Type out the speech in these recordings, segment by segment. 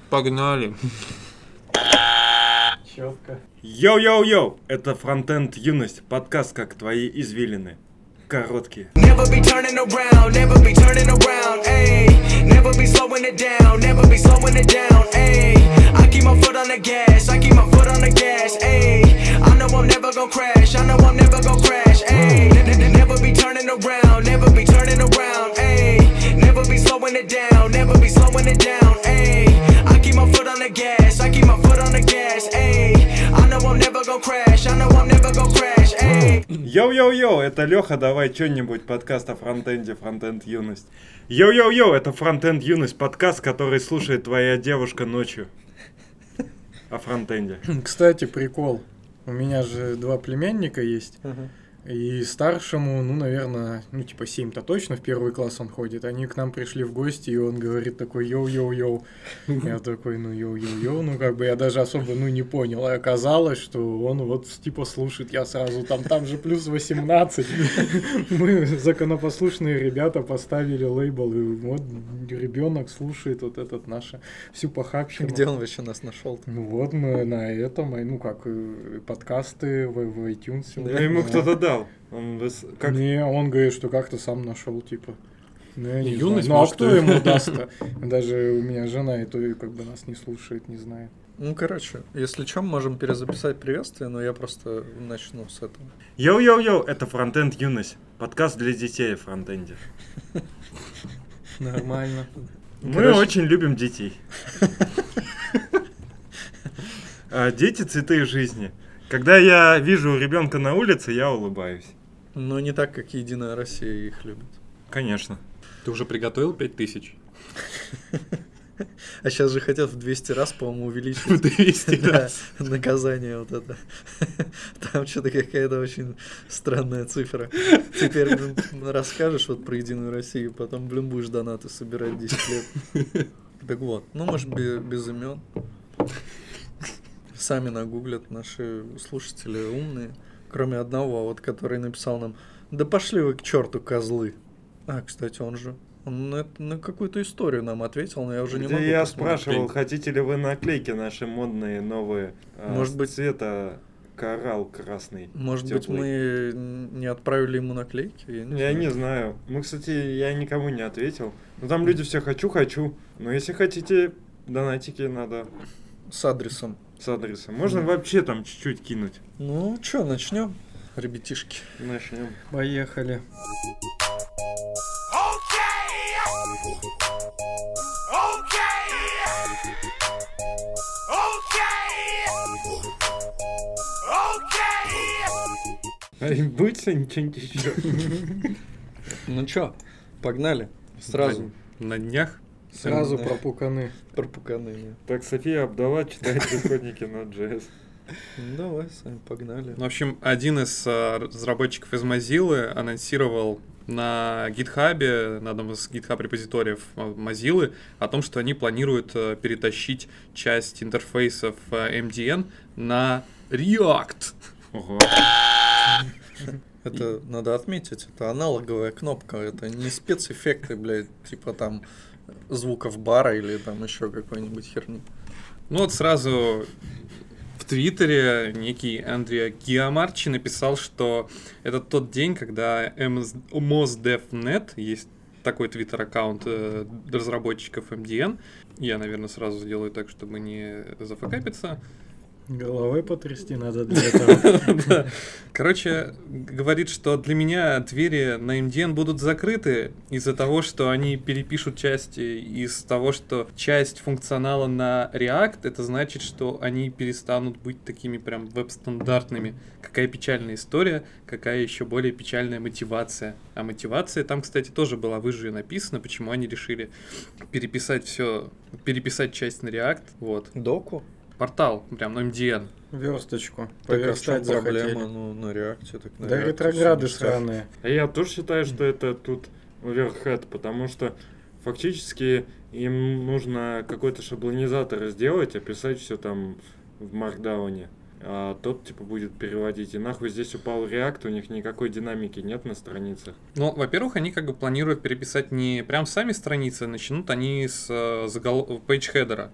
Погнали. Четко. Йоу-йоу-йоу, это Фронтенд Юность, подкаст как твои извилины. Короткие. Never be turning around, never be turning around, ayy. Never be slowing it down, never be slowing it down, ayy. I keep my foot on the gas, I keep my foot on the gas, ayy. I know I'm never gonna crash, I know I'm never gonna crash, ayy. Never be turning around, never be turning around, ayy. Never be slowing it down, never be slowing it down, ayy. I keep my foot on the gas, I keep my foot on the gas, ayy. I know I'm never gonna crash, I know I'm never gonna crash, ayy. Йоу-йоу-йоу, это Леха, давай что-нибудь, подкаст о фронтенде, Фронтенд Юность. Йоу-йоу-йоу, это Фронтенд Юность, подкаст, который слушает твоя девушка ночью. О фронтенде. Кстати, прикол. У меня же 2 племянника есть. И старшему, наверное, 7-то точно, в 1 класс он ходит. Они к нам пришли в гости, и он говорит такой йоу-йоу-йоу. Я такой, йоу-йоу-йоу. Я даже особо, не понял. И оказалось, что он слушает, я сразу, там же плюс 18. Мы, законопослушные ребята, поставили лейбл, и вот ребенок слушает всю похабщину. Где он вообще нас нашел? Мы на этом, подкасты в iTunes. Ему кто-то дал. Он говорит, что как-то сам нашел, я не Юность, знаю. может, А кто ему даст-то? Даже у меня жена и то нас не слушает, не знает. Если что, можем перезаписать приветствие, но я просто начну с этого. Йоу-йоу-йоу, это Фронтенд Юность, подкаст для детей о фронтенде. Нормально. Мы очень любим детей. Дети — цветы жизни. Когда я вижу ребенка на улице, я улыбаюсь. Но не так, как Единая Россия их любит. Конечно. Ты уже приготовил 5000? А сейчас же хотят в 200 раз, по-моему, увеличить. В 200 раз. Наказание вот это. Там что-то какая-то очень странная цифра. Теперь расскажешь про Единую Россию, потом, будешь донаты собирать 10 лет. Так вот, может, без имен. Сами нагуглят, наши слушатели умные. Кроме одного, который написал нам: да пошли вы к черту, козлы. Кстати, он на какую-то историю нам ответил, но я уже не могу Я посмотреть. спрашивал, хотите ли вы наклейки наши модные, новые, Может быть, цвета коралл красный. Может теплый. быть, мы не отправили ему наклейки? Я не знаю. Кстати, я никому не ответил. Там люди все хочу. Но если хотите, донатики надо. С адресом. Можно вообще там чуть-чуть кинуть. Начнем, ребятишки. Начнем. Поехали. Будь что-нибудь еще. Погнали. Сразу. На днях. Сразу пропуканы. Пропуканы. Так, София Абдала читает исходники Node.js. Давай, сами погнали. В общем, один из разработчиков из Mozilla анонсировал на GitHub, на одном из GitHub репозиториев Mozilla, о том, что они планируют перетащить часть интерфейсов MDN на React. Ого. Это надо отметить, это аналоговая кнопка, это не спецэффекты, там звуков бара или там еще какой-нибудь херни. Сразу в Твиттере некий Андреа Гиамарчи написал, что это тот день, когда MozDevNet, есть такой твиттер-аккаунт разработчиков MDN, я, наверное, сразу сделаю так, чтобы не зафакапиться. Головой потрясти надо для этого. Короче, говорит, что для меня двери на MDN будут закрыты из-за того, что они перепишут части, из того, что часть функционала на React, это значит, что они перестанут быть такими прям веб-стандартными. Какая печальная история, какая еще более печальная мотивация. А мотивация там, кстати, тоже была выше написана, почему они решили переписать часть на React. Доку? Портал, прям на MDN. Версточку. Поверстать захотели. Проблема, на реакте. Так на Да реакте ретрограды всё не сраные. Я тоже считаю, что это тут оверхед, потому что фактически им нужно какой-то шаблонизатор сделать, описать все там в маркдауне. А тот будет переводить. И нахуй здесь упал React, у них никакой динамики нет на страницах. Во-первых, они планируют переписать не прям сами страницы, начнут они с пейдж-хедера.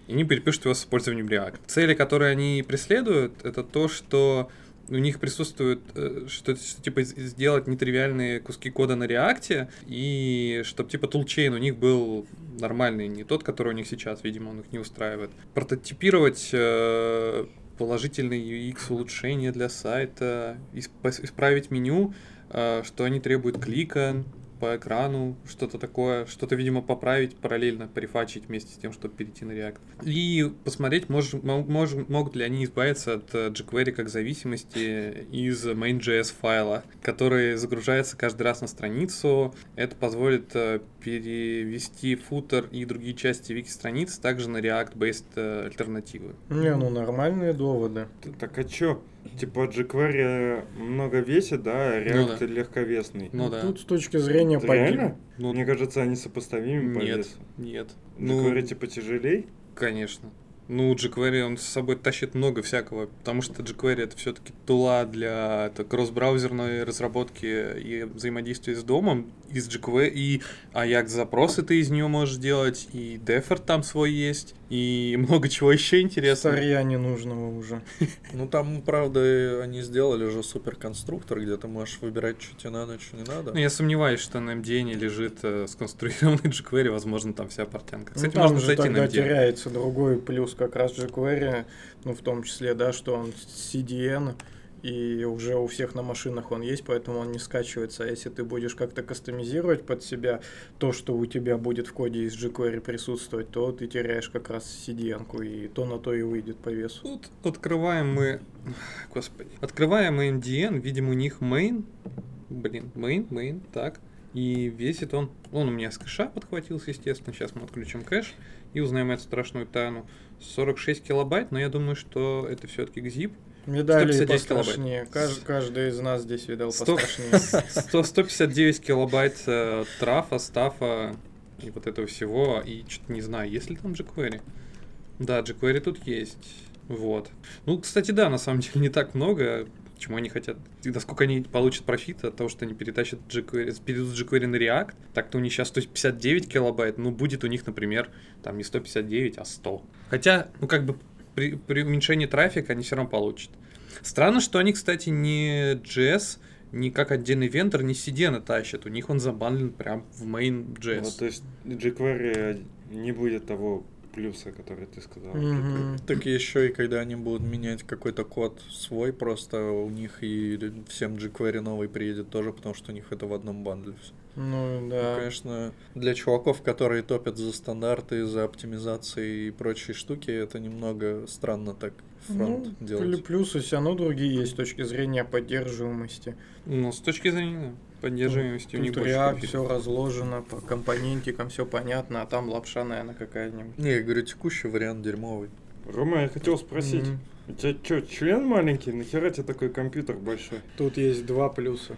и они перепишут его с использованием React. Цели, которые они преследуют, это то, что у них присутствует, что типа сделать нетривиальные куски кода на React, и чтобы типа тулчейн у них был нормальный, не тот, который у них сейчас, видимо, он их не устраивает. Прототипировать положительные UX улучшения для сайта, исправить меню, что они требуют клика по экрану, что-то такое, что-то, видимо, поправить, параллельно префачить вместе с тем, чтобы перейти на React. И посмотреть, могут ли они избавиться от jQuery как зависимости из main.js файла, который загружается каждый раз на страницу. Это позволит перевести футер и другие части вики-страниц также на React-based альтернативы. Не, ну нормальные доводы. Так а чё? Типа jQuery много весит, да, а React легковесный. Ну да. Тут с точки зрения Реально? Ну, Мне кажется, они сопоставимы по весу. Нет. jQuery типа тяжелей? Конечно. Ну, jQuery, он с собой тащит много всякого, потому что jQuery это все-таки тула для кросс-браузерной разработки и взаимодействия с домом из jQuery, и Ajax-запросы ты из нее можешь делать, и Deffert там свой есть, и много чего еще интересного. Старья ненужного уже. Ну там, правда, они сделали же суперконструктор, где ты можешь выбирать, что тебе надо, что не надо. Ну, я сомневаюсь, что на MDN лежит сконструированный jQuery, возможно, там вся портянка. Кстати, ну, там можно же зайти тогда на MDN. теряется другой плюс как раз jQuery, ну, в том числе, да, что он CDN, и уже у всех на машинах он есть, поэтому он не скачивается. А если ты будешь как-то кастомизировать под себя то, что у тебя будет в коде из jQuery присутствовать, то ты теряешь как раз CDN-ку, и то на то и выйдет по весу. Тут открываем мы MDN, видим у них main, так, и весит он у меня с кэша подхватился, естественно, сейчас мы отключим кэш и узнаем эту страшную тайну. 46 килобайт, но я думаю, что это все-таки zip. Медали 159 пострашнее. Каждый из нас здесь видел 100 пострашнее. 159 килобайт трафа, стафа и вот этого всего, и что-то не знаю, есть ли там jQuery. Да, jQuery тут есть. Вот. Ну, кстати, да, на самом деле не так много. Почему они хотят, и насколько они получат профит от того, что они передадут jQuery на React, так-то у них сейчас 159 килобайт, ну, будет у них, например, там не 159, а 100. Хотя, ну, как бы при уменьшении трафика они все равно получат. Странно, что они, кстати, не JS, не как отдельный вендор, не CDN тащат, у них он забанлен прям в main.js. Вот, то есть jQuery не будет того плюса, который ты сказал. Так еще и когда они будут менять какой-то код свой, просто у них и всем jQuery новый приедет тоже, потому что у них это в одном бандле все. Ну да. Конечно, для чуваков, которые топят за стандарты, за оптимизации и прочие штуки, это немного странно так фронт делать. Плюсы все равно другие есть с точки зрения поддерживаемости. Ну, с точки зрения поддерживаемости у них Тут больше React профита. все разложено по компонентикам, все понятно, а там лапша, наверное, какая-нибудь. Не, я говорю, текущий вариант дерьмовый. Рома, я хотел спросить, у тебя что, член маленький? Нахера тебе такой компьютер большой? Тут есть два плюса.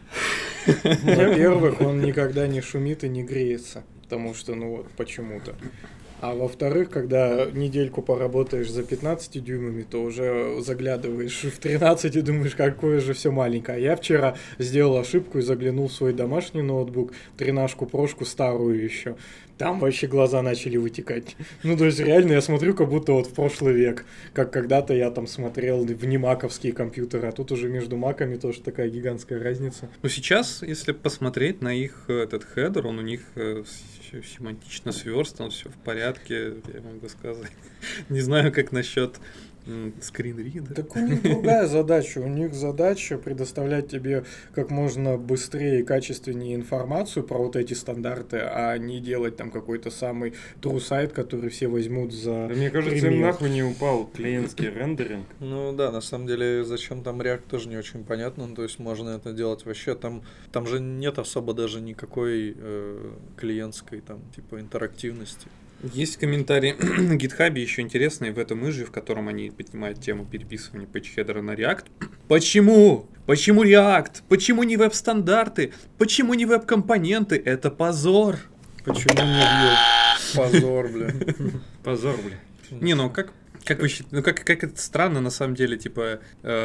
Во-первых, он никогда не шумит и не греется, потому что, ну вот, почему-то. А во-вторых, когда недельку поработаешь за 15 дюймами, то уже заглядываешь в 13 и думаешь, какое же все маленькое. А я вчера сделал ошибку и заглянул в свой домашний ноутбук, 13-ку прошку старую еще. Там вообще глаза начали вытекать. Ну, то есть, реально, я смотрю, как будто вот в прошлый век. Как когда-то я там смотрел в немаковские компьютеры, а тут уже между маками тоже такая гигантская разница. Ну, сейчас, если посмотреть на их этот хедер, он у них семантично сверстан, все в порядке, я могу сказать. Не знаю, как насчет скринридера. Так у них другая задача. У них задача предоставлять тебе как можно быстрее и качественнее информацию про вот эти стандарты, а не делать там какой-то самый true сайт, который все возьмут за Да, мне кажется, пример. им нахуй не упал клиентский рендеринг. Ну да, на самом деле, зачем там React тоже не очень понятно, ну, то есть можно это делать вообще, там же нет особо даже никакой клиентской там типа интерактивности. Есть комментарий на GitHub еще интересный в этом иже, в котором они поднимают тему переписывания пэтч-хедера на React. Почему? Почему React? Почему не веб-стандарты? Почему не веб-компоненты? Это позор. Почему не Vue? Позор, блин. Позор, блин. Не, ну как вы считаете, ну как это странно на самом деле, типа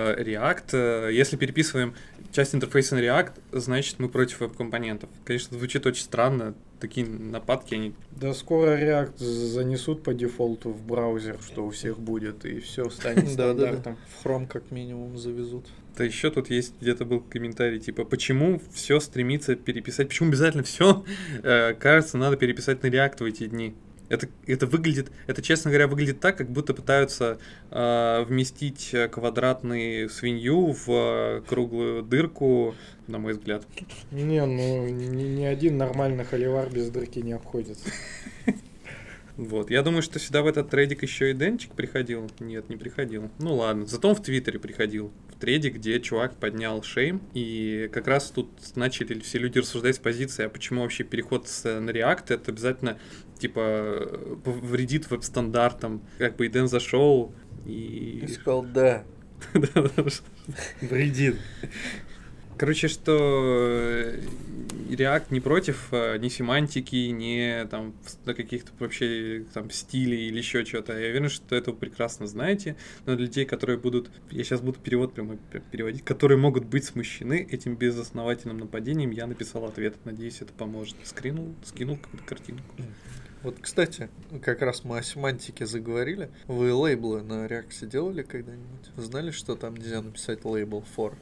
React, если переписываем часть интерфейса на React, значит мы против веб-компонентов. Конечно, звучит очень странно, такие нападки, они... Да скоро React занесут по дефолту в браузер, что у всех будет, и все станет стандартом. В Chrome как минимум завезут. Да еще тут есть, где-то был комментарий, типа, почему все стремится переписать, почему обязательно все, кажется, надо переписать на React в эти дни. Это выглядит, это, честно говоря, выглядит так, как будто пытаются вместить квадратную свинью в круглую дырку, на мой взгляд. Не, ну ни один нормальный холивар без дырки не обходится. Вот. Я думаю, что сюда в этот трейдик еще и Денчик приходил. Нет, не приходил. Ну ладно, зато он в Твиттере приходил. В трейде, где чувак поднял шейм. И как раз тут начали все люди рассуждать с позиции, а почему вообще переход на React, это обязательно типа вредит веб-стандартам. Как бы и Дэн зашел и... сказал, да. Вредит. Короче, что React не против ни семантики, ни там каких-то вообще там стилей или еще чего-то. Я уверен, что это вы прекрасно знаете. Но для людей, которые будут... Я сейчас буду перевод прямо переводить. Которые могут быть смущены этим безосновательным нападением, я написал ответ. Надеюсь, это поможет. Скинул какую-то картинку. Вот, кстати, как раз мы о семантике заговорили. Вы лейблы на React делали когда-нибудь? Вы знали, что там нельзя написать лейбл for?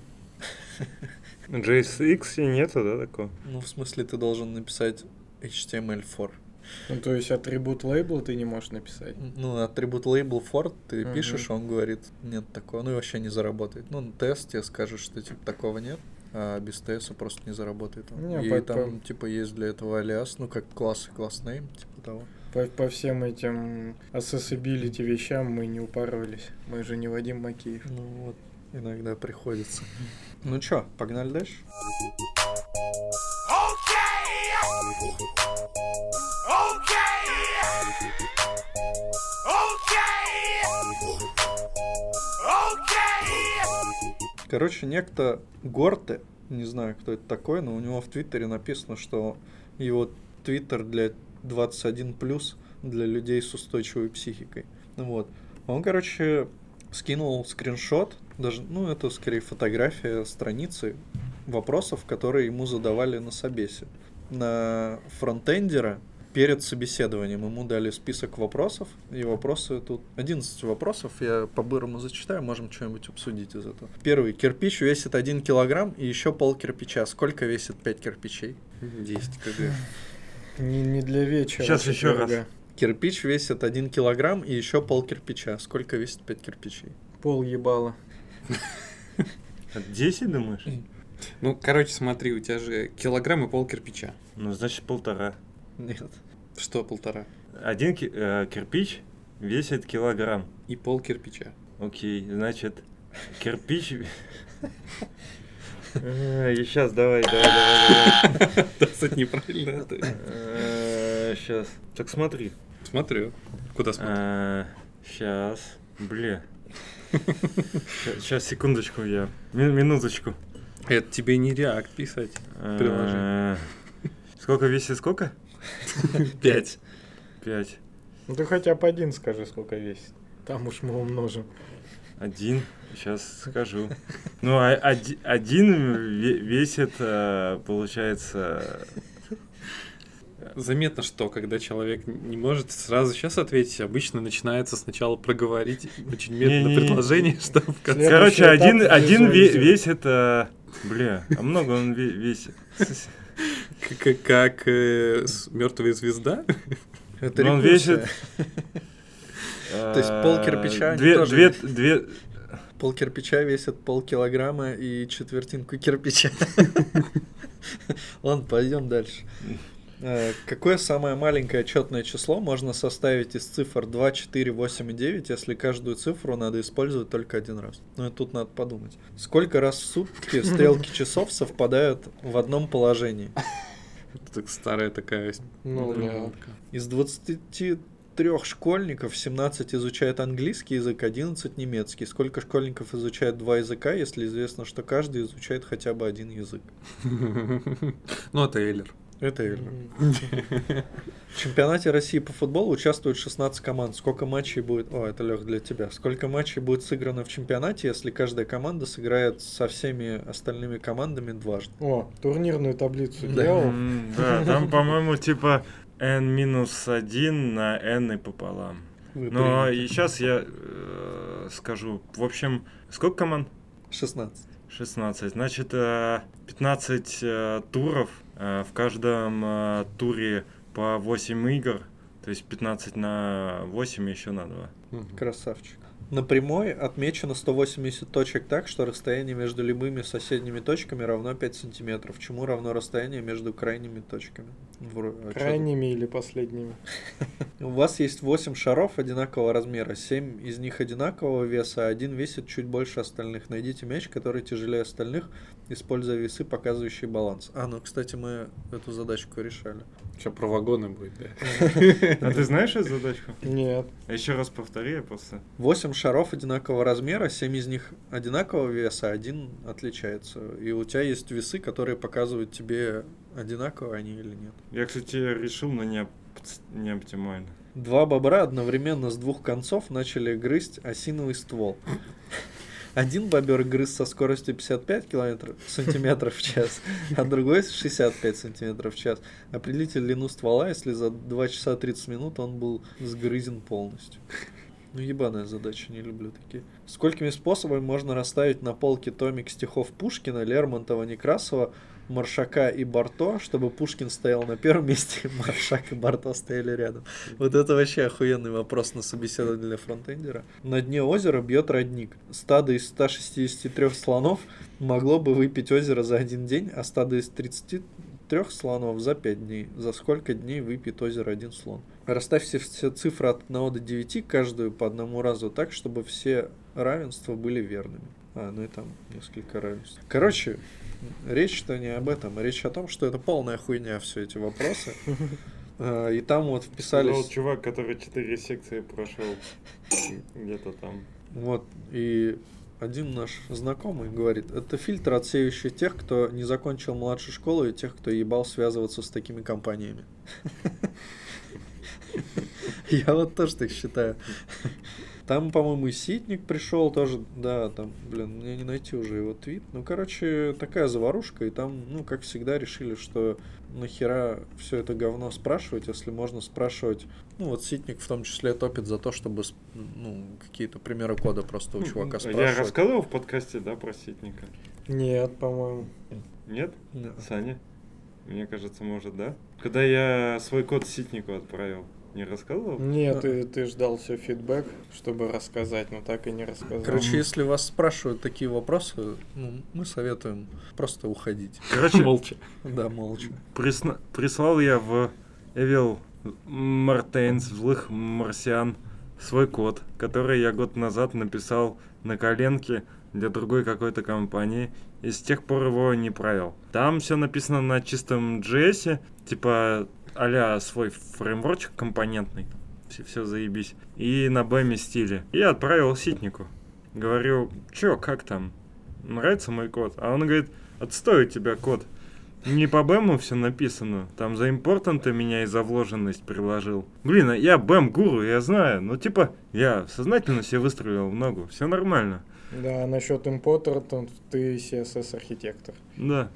JSX нету, да, такого? Ну, в смысле, ты должен написать HTML for. Ну, то есть атрибут лейбла ты не можешь написать. Ну, атрибут label for ты пишешь, он говорит, нет такого, ну и вообще не заработает. Ну, на тест тебе скажет, что типа такого нет, а без теста просто не заработает он. Не, и там, типа, есть для этого алиас, ну, как класс и класс name, типа того. По всем этим accessibility вещам мы не упарывались. Мы же не Вадим Макеев. Ну, вот, иногда приходится. Ну чё, погнали дальше? Короче, некто Горте, не знаю, кто это такой, но у него в Твиттере написано, что его Твиттер для 21+, для людей с устойчивой психикой. Вот. Он, короче, скинул скриншот, даже, ну, это скорее фотография страницы вопросов, которые ему задавали на собесе. На фронтендера перед собеседованием ему дали список вопросов, и вопросы тут 11 вопросов, я по-бырому зачитаю, можем что-нибудь обсудить из этого. Первый. Кирпич весит 1 килограмм и еще пол кирпича. Сколько весит 5 кирпичей? 10 кг. Не для вечера. Сейчас еще раз. Кирпич весит 1 килограмм и еще пол кирпича. Сколько весит 5 кирпичей? Пол ебала. 10, думаешь? Ну, короче, смотри, у тебя же килограмм и пол кирпича. Ну, значит, 1,5. Нет. Что 1,5? Один кирпич весит килограмм. И пол кирпича. Окей, значит, кирпич... Сейчас, давай. Да, кстати, неправильно это. Сейчас. Так смотри. Смотрю. Куда смотрю? Сейчас. Бля. Сейчас, секундочку, я. Минуточку. Это тебе не React писать. Приложение. Сколько весит сколько? 5. 5. Ну ты хотя бы один скажи, сколько весит. Там уж мы умножим. 1. Сейчас скажу. Ну, один весит, получается... Заметно, что когда человек не может сразу сейчас ответить, обычно начинается сначала проговорить очень медленно предложение, чтобы в конце... Короче, один весит... Бля, а много он весит. Как мертвая звезда? Это он весит... То есть пол кирпича пол кирпича весит полкилограмма и четвертинку кирпича. Ладно, пойдем дальше. Какое самое маленькое четное число можно составить из цифр 2, 4, 8 и 9, если каждую цифру надо использовать только один раз? Ну и тут надо подумать. Сколько раз в сутки стрелки часов совпадают в одном положении? Это старая такая... Из 23 школьников 17 изучают английский язык, 11 немецкий. Сколько школьников изучают 2 языка, если известно, что каждый изучает хотя бы один язык? Ну, это Эйлер. Это верно. В чемпионате России по футболу участвует 16 команд. Сколько матчей будет... О, это, Лех, для тебя. Сколько матчей будет сыграно в чемпионате, если каждая команда сыграет со всеми остальными командами дважды? О, турнирную таблицу Да. делал. Да, там, по-моему, типа n-1 на n и пополам. Вы Но приняты. и сейчас я скажу. В общем, сколько команд? 16. 16. Значит, 15 туров. В каждом туре по 8 игр. То есть 15 на 8 еще на 2. Красавчик. На прямой отмечено 180 точек так, что расстояние между любыми соседними точками равно 5 сантиметров. Чему равно расстояние между крайними точками? Крайними или последними? У вас есть 8 шаров одинакового размера, 7 из них одинакового веса, а один весит чуть больше остальных. Найдите мяч, который тяжелее остальных, используя весы, показывающие баланс. Ну, кстати, мы эту задачку решали. Что, про вагоны будет, да? А ты знаешь эту задачку? Нет. Еще раз повтори, я просто... 8 шаров одинакового размера, 7 из них одинакового веса, один отличается. И у тебя есть весы, которые показывают тебе, одинаково они или нет. Я, кстати, решил, но не оптимально. 2 бобра одновременно с двух концов начали грызть осиновый ствол. Один бобер грыз со скоростью 55 сантиметров в час, а другой 65 сантиметров в час. Определите длину ствола, если за 2 часа 30 минут он был сгрызен полностью. Ну, ебаная задача, не люблю такие. Сколькими способами можно расставить на полке томик стихов Пушкина, Лермонтова, Некрасова, Маршака и Барто, чтобы Пушкин стоял на первом месте, Маршак и Барто стояли рядом? Вот это вообще охуенный вопрос на собеседование для фронтендера. На дне озера бьет родник. Стадо из 163 слонов могло бы выпить озеро за один день, а стадо из 33 слонов за 5 дней. За сколько дней выпьет озеро один слон? Расставьте все цифры от 1 до 9, каждую по одному разу так, чтобы все равенства были верными. Ну и там несколько равенств. Короче, речь-то не об этом. Речь о том, что это полная хуйня, все эти вопросы. И там вот вписались... Сказал чувак, который 4 секции прошел где-то там. Вот, и один наш знакомый говорит, это фильтр, отсеивающий тех, кто не закончил младшую школу, и тех, кто ебал связываться с такими компаниями. Я вот тоже так считаю. Там, по-моему, и Ситник пришел тоже, да, там, блин, мне не найти уже его твит. Ну, короче, такая заварушка, и там, ну, как всегда, решили, что нахера все это говно спрашивать, если можно спрашивать. Ну, вот Ситник в том числе топит за то, чтобы, ну, какие-то примеры кода просто у чувака спрашивать. Я рассказывал в подкасте, да, про Ситника? Нет, по-моему. Нет? Да. Саня? Мне кажется, может, да? Когда я свой код Ситнику отправил, не рассказывал? Нет, ты ждал все фидбэк, чтобы рассказать, но так и не рассказал. Короче, если вас спрашивают такие вопросы, ну, мы советуем просто уходить. Короче, Молча. Да, молча. прислал я в Evil Martins, злых марсиан, свой код, который я год назад написал на коленке для другой какой-то компании, и с тех пор его не правил. Там все написано на чистом JS, типа а-ля свой фреймворчик компонентный, все заебись, и на BEM стиле. И отправил Ситнику. Говорю, чё, как там? Нравится мой код? А он говорит, отстой у тебя код. Не по BEM все написано. Там за импортанты меня и за вложенность приложил. Блин, я BEM-гуру, я знаю. Ну, типа, я сознательно себе выстроил в ногу. Все нормально. Да, насчет импортера, ты CSS-архитектор. Да.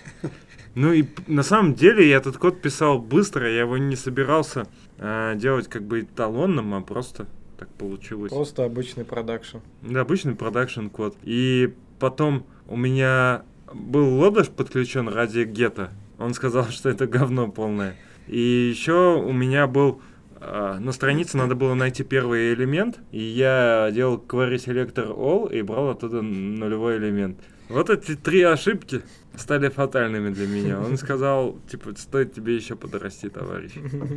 Ну и на самом деле я этот код писал быстро, я его не собирался делать как бы эталонным, а просто так получилось. Просто обычный продакшн. Да, обычный продакшн код. И потом у меня был лодыш подключен ради гета. Он сказал, что это говно полное. И еще у меня был... на странице надо было найти первый элемент, и я делал query selector all и брал оттуда нулевой элемент. Вот эти 3 ошибки стали фатальными для меня. Он сказал, типа, стоит тебе еще подрасти, товарищ.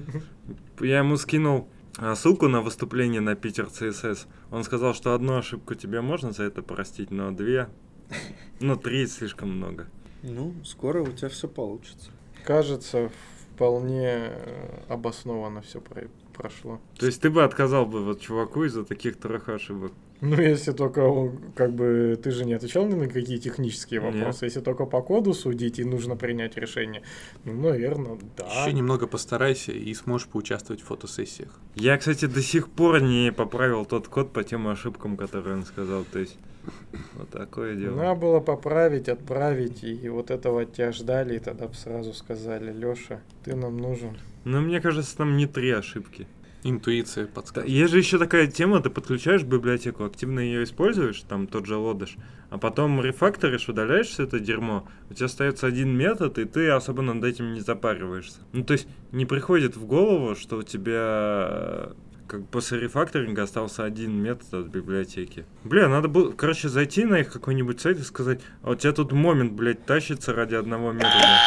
Я ему скинул ссылку на выступление на Питер CSS. Он сказал, что 1 ошибку тебе можно за это простить, но 2, 3 слишком много. Ну, скоро у тебя все получится. Кажется, вполне обоснованно все прошло. То есть ты бы отказал бы вот чуваку из-за таких 3 ошибок? Ну, если только, как бы, ты же не отвечал ни на какие технические вопросы. Если только по коду судить и нужно принять решение, ну, наверное, да. Еще немного постарайся и сможешь поучаствовать в фотосессиях. Я, кстати, до сих пор не поправил тот код по тем ошибкам, которые он сказал. То есть, вот такое дело. Надо было поправить, отправить, и вот этого от тебя ждали, и тогда бы сразу сказали: Леша, ты нам нужен. Но мне кажется, там не 3 ошибки. Интуиция подсказывает. Есть же еще такая тема, ты подключаешь библиотеку, активно ее используешь, там тот же лодыш, а потом рефакторишь, удаляешь все это дерьмо, у тебя остается один метод, и ты особо над этим не запариваешься. Ну, то есть не приходит в голову, что у тебя как после рефакторинга остался один метод от библиотеки. Бля, надо было, короче, зайти на их какой-нибудь сайт и сказать: а у тебя тут момент, блядь, тащится ради одного метода.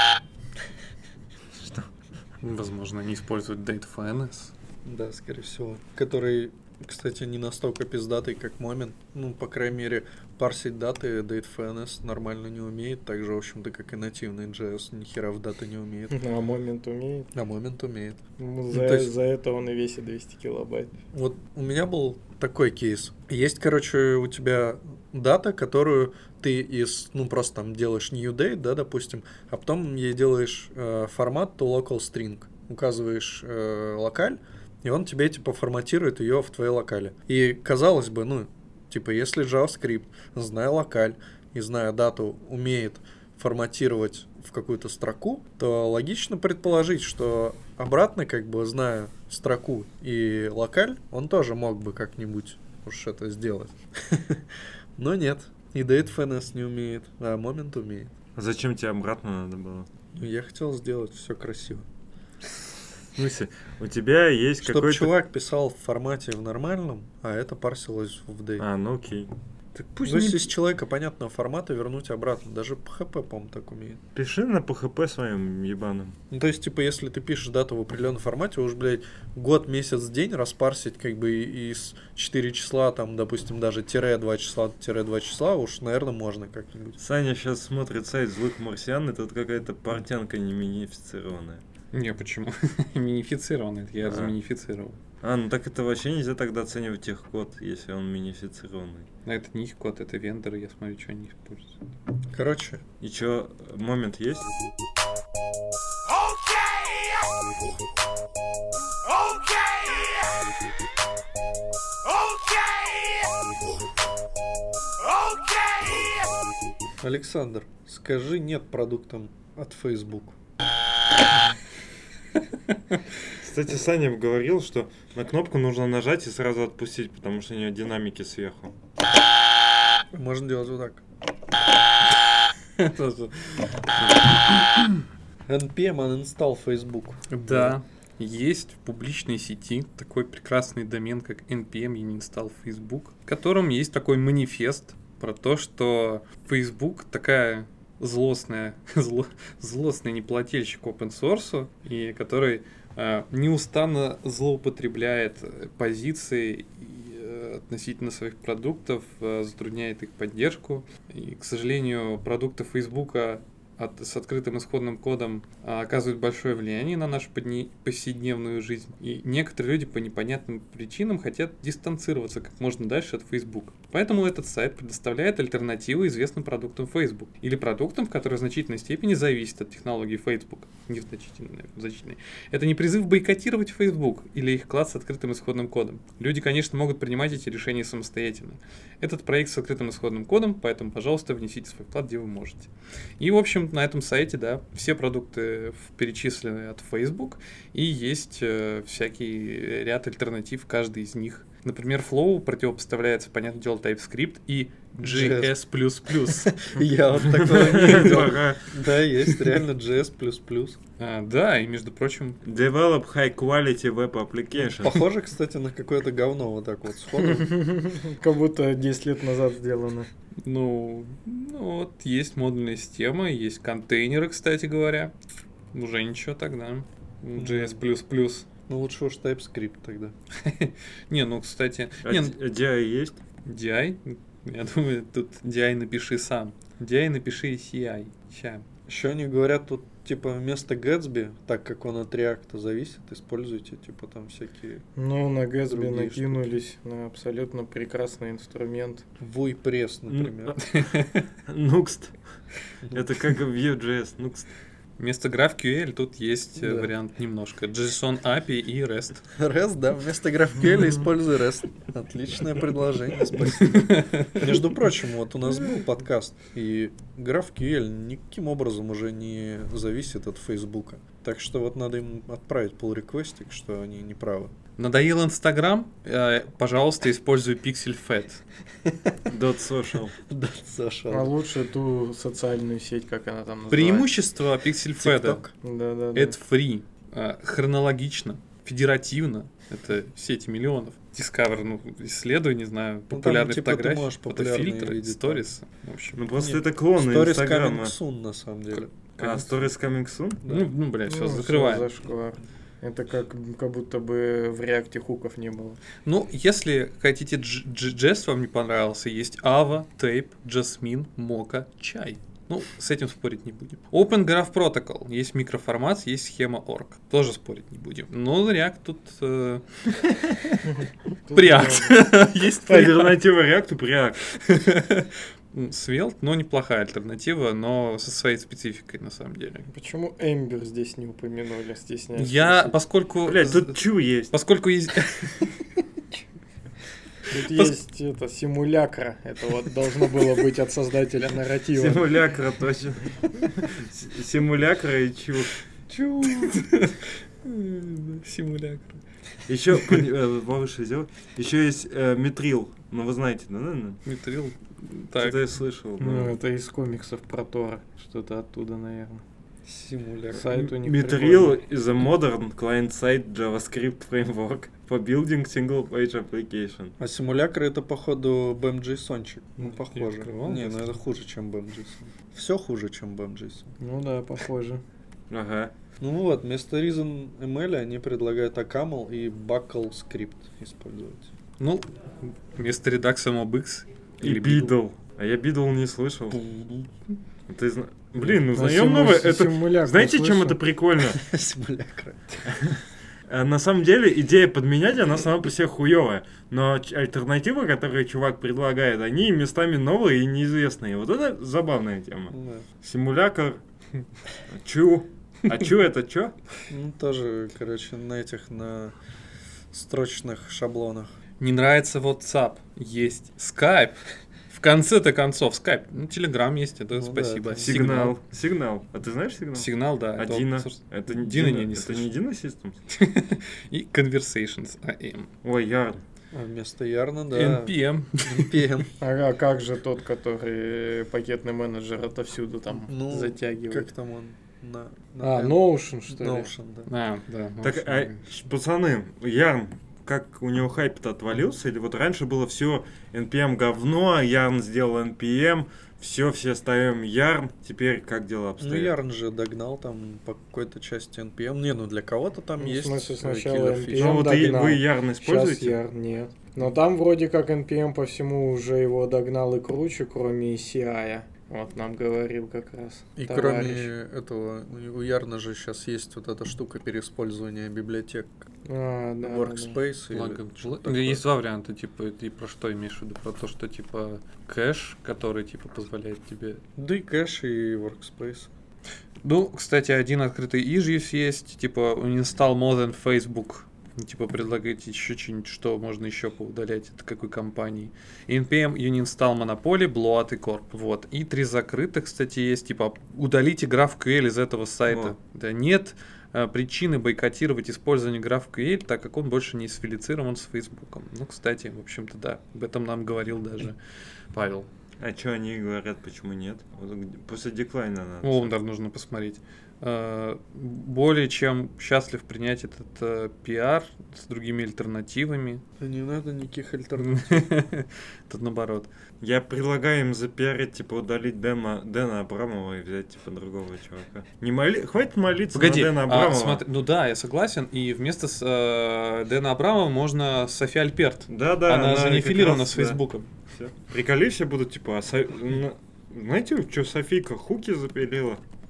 Возможно, они используют Date4NS. Да, скорее всего. Который, кстати, не настолько пиздатый, как момент. Ну, по крайней мере, парсить даты Date4NS нормально не умеет. Так же, в общем-то, как и нативный JS ни хера в даты не умеет. А момент умеет. А момент умеет. Ну, то есть- за это он и весит 200 килобайт. Вот у меня был такой кейс. Есть, короче, у тебя дата, которую ты ну, просто там делаешь new date, да, допустим, а потом ей делаешь формат to local string, указываешь локаль, и он тебе, типа, форматирует ее в твоей локале. И, казалось бы, ну, типа, если JavaScript, зная локаль и зная дату, умеет форматировать в какую-то строку, то логично предположить, что обратно, как бы, зная строку и локаль, он тоже мог бы как-нибудь уж это сделать. Но нет, и Date4NS не умеет, а момент умеет. А зачем тебе обратно надо было? Ну, я хотел сделать все красиво. В смысле, у тебя есть Чтобы какой-то... чувак писал в формате в нормальном, а это парсилось в Date. А, ну окей. Так пусть Ну, не если из человека понятного формата вернуть обратно. Даже PHP, по-моему, так умеет. пиши на PHP своим ебаным. Ну, то есть, типа, если ты пишешь дату в определенном формате, уж, блядь, год, месяц, день распарсить, как бы, из 4 числа, там, допустим, даже -2 числа, уж, наверное, можно как-нибудь. Саня сейчас смотрит сайт злых марсиан, и тут какая-то портянка не минифицированная. Не, почему? Минифицированный, это я А. заминифицировал. А, ну так это вообще нельзя тогда оценивать их код, если он минифицированный. Но это не их код, это вендоры, я смотрю, что они используют. Короче, И чё, момент есть? Александр, скажи нет продуктам от Facebook. Кстати, Саня говорил, что на кнопку нужно нажать и сразу отпустить, потому что у нее динамики сверху. Можно делать вот так. npm uninstall Facebook. Да, есть в публичной сети такой прекрасный домен, как npm uninstall Facebook, в котором есть такой манифест про то, что Facebook такая злостный неплательщик open source, и который неустанно злоупотребляет позиции относительно своих продуктов, затрудняет их поддержку. И, к сожалению, продукты Фейсбука с открытым исходным кодом оказывают большое влияние на нашу повседневную жизнь. И некоторые люди по непонятным причинам хотят дистанцироваться как можно дальше от Facebook. Поэтому этот сайт предоставляет альтернативы известным продуктам Facebook. Или продуктам, которые в значительной степени зависят от технологий Facebook. Не в значительной, наверное, в значительной. Это не призыв бойкотировать Facebook или их класс с открытым исходным кодом. Люди, конечно, могут принимать эти решения самостоятельно. Этот проект с открытым исходным кодом, поэтому, пожалуйста, внесите свой вклад, где вы можете. И, в общем, на этом сайте, да, все продукты перечислены от Facebook, и есть всякий ряд альтернатив, каждый из них. Например, Flow противопоставляется, понятное дело, TypeScript и JS++. Я вот такого не видел. Да, есть реально JS++. Да, и между прочим... Develop high quality web application. Похоже, кстати, на какое-то говно вот так вот сходу. Как будто 10 лет назад сделано. Ну, вот есть модульная система, есть контейнеры, кстати говоря. Уже ничего тогда. JS++. Ну, лучше уж TypeScript тогда. Не, ну, кстати... А Не, DI есть? DI? Я думаю, тут DI напиши сам. DI напиши CI. Ща. Еще они говорят тут типа, вместо Gatsby, так как он от React зависит, используйте, типа, там всякие Ну, на Gatsby другие накинулись на абсолютно прекрасный инструмент. VuePress, например. Nuxt. Это как Vue.js. Nuxt. Вместо GraphQL тут есть Да. вариант немножко. JSON API и REST. REST, да, вместо GraphQL используй REST. Отличное предложение, спасибо. Между прочим, вот у нас был подкаст, и GraphQL никаким образом уже не зависит от Фейсбука. Так что вот надо им отправить pull-реквестик, что они не правы. Надоел Инстаграм? Пожалуйста, используй PixelFed. .social. Да, А Саша. лучше ту социальную сеть, как она там называется. Преимущество PixelFed TikTok. Да-да-да. это free, хронологично, федеративно. Это сети миллионов. Discover, ну, исследуй, не знаю, там, популярные типа, ты фотографии, можешь популярные фотофильтры, видеть, сторис. В общем. Ну просто Нет. это клоны Stories Инстаграма. coming soon, на самом деле. А, Stories coming soon? Ну, блядь, все, Ну, закрываем. всё, зашквар. Это как будто бы в реакте хуков не было. Ну, если хотите, Jest вам не понравился, есть Ava, Tape, Jasmine, Mocha, Chai. Ну, с этим спорить не будем. Open Graph Protocol. Есть микроформат, есть схема org. Тоже спорить не будем. Но React тут... Preact. Есть Preact. Альтернатива React Preact. Svelte, но неплохая альтернатива, но со своей спецификой на самом деле. Почему Ember здесь не упомянули? Стесняюсь. Я, спросить. поскольку... Блядь, тут чу есть. Поскольку есть... Тут есть это симулякра. Это вот должно было быть от создателя нарратива. Симулякра, точно. Симулякра и чу. Симулятор. Еще, повыше сделай. Еще есть Митрил. Ну, вы знаете, да, наверное? Митрил. Так. Что-то я слышал. Ну, это из комиксов про Тора. Что-то оттуда, наверное. Симулятор. Сайт у них Mitril прикольный. is a modern client-side JavaScript framework for building single-page application. А симулятор это, походу, BAM-JSON-чик. Ну, Я похоже. открывал Не, ну просто. это хуже, чем BAM-JSON. Все хуже, чем BAM-JSON. Ну да, похоже. Ага. Ну вот, вместо Reason ML они предлагают Akaml и Buckle Script использовать. Ну, вместо редакса MobX И или Бидл. А я Бидл не слышал. Ты Блин, ну А узнаем новое. Это... симулякр Знаете, чем слышал? это прикольно? Симулятор. На самом деле, идея подменять, она сама по себе хуевая. Но альтернативы, которые чувак предлагает, они местами новые и неизвестные. Вот это забавная тема. Да. Симулятор. Чу. А чу это чё? Ну, тоже, короче, на этих, на строчных шаблонах. Не нравится WhatsApp, есть Skype. В конце-то концов, Skype. Ну, Telegram есть, это Ну да, спасибо. это Сигнал. Сигнал. А ты знаешь сигнал? Сигнал, да. А это Дина? вот, собственно, Это Дина Дина, я не это слышу. не Дина Systems? И Conversations AM. Ой, Ярн. А вместо Ярна, да. NPM. NPM. А как же тот, который пакетный менеджер отовсюду там Ну, затягивает? Как там он? На А, N- Notion, что ли? Notion, да. А, да. Так, в общем, пацаны, Ярн, как у него хайп-то отвалился? Или вот раньше было все NPM говно, Ярн сделал NPM, все ставим Ярн, теперь как дела Ну, обстоят? Ярн же догнал там по какой-то части NPM. Не, ну для кого-то там Ну, в есть смысле, сначала killer feature. NPM Ну вот догнал. вы Ярн Сейчас используете? Yarn нет. Но там вроде как NPM по всему уже его догнал и круче, кроме CI. Вот нам говорил как раз И товарищ. кроме этого, у Ярна же сейчас есть вот эта штука переиспользования библиотек. А, да, Workspace или Лагом. что-то Ну, такое. есть два варианта, типа, ты про что имеешь в виду? Про то, что, типа, кэш, который, типа, позволяет тебе... Да и кэш, и Workspace. Ну, кстати, один открытый issues есть, типа, uninstall more than Facebook. Типа, предлагаете еще что-нибудь, что можно еще поудалять от какой компании. NPM, uninstall Monopoly, Bloat и Corp. Вот. И 3 закрытых, кстати, есть, типа, удалите GraphQL из этого сайта. Вот. Да нет причины бойкотировать использование GraphQL, так как он больше не сфилицирован с Facebook. Ну, кстати, в общем-то, да. Об этом нам говорил даже Павел. А что они говорят, почему нет? Вот после деклайна надо. О, да, нужно посмотреть. Более чем счастлив принять этот пиар с другими альтернативами. Да не надо никаких альтернатив. Тут наоборот. Я предлагаю им запиарить, типа, удалить Дэна Абрамова и взять, типа, другого чувака. Хватит молиться Погоди, на Дэна Абрамова. смотри, ну да, я согласен. И вместо Дэна Абрамова можно Софи Альперт. Да, она как занефилирована раз, с да. Фейсбуком. Всё. Приколи все будут, типа, знаете, что Софийка хуки запилила?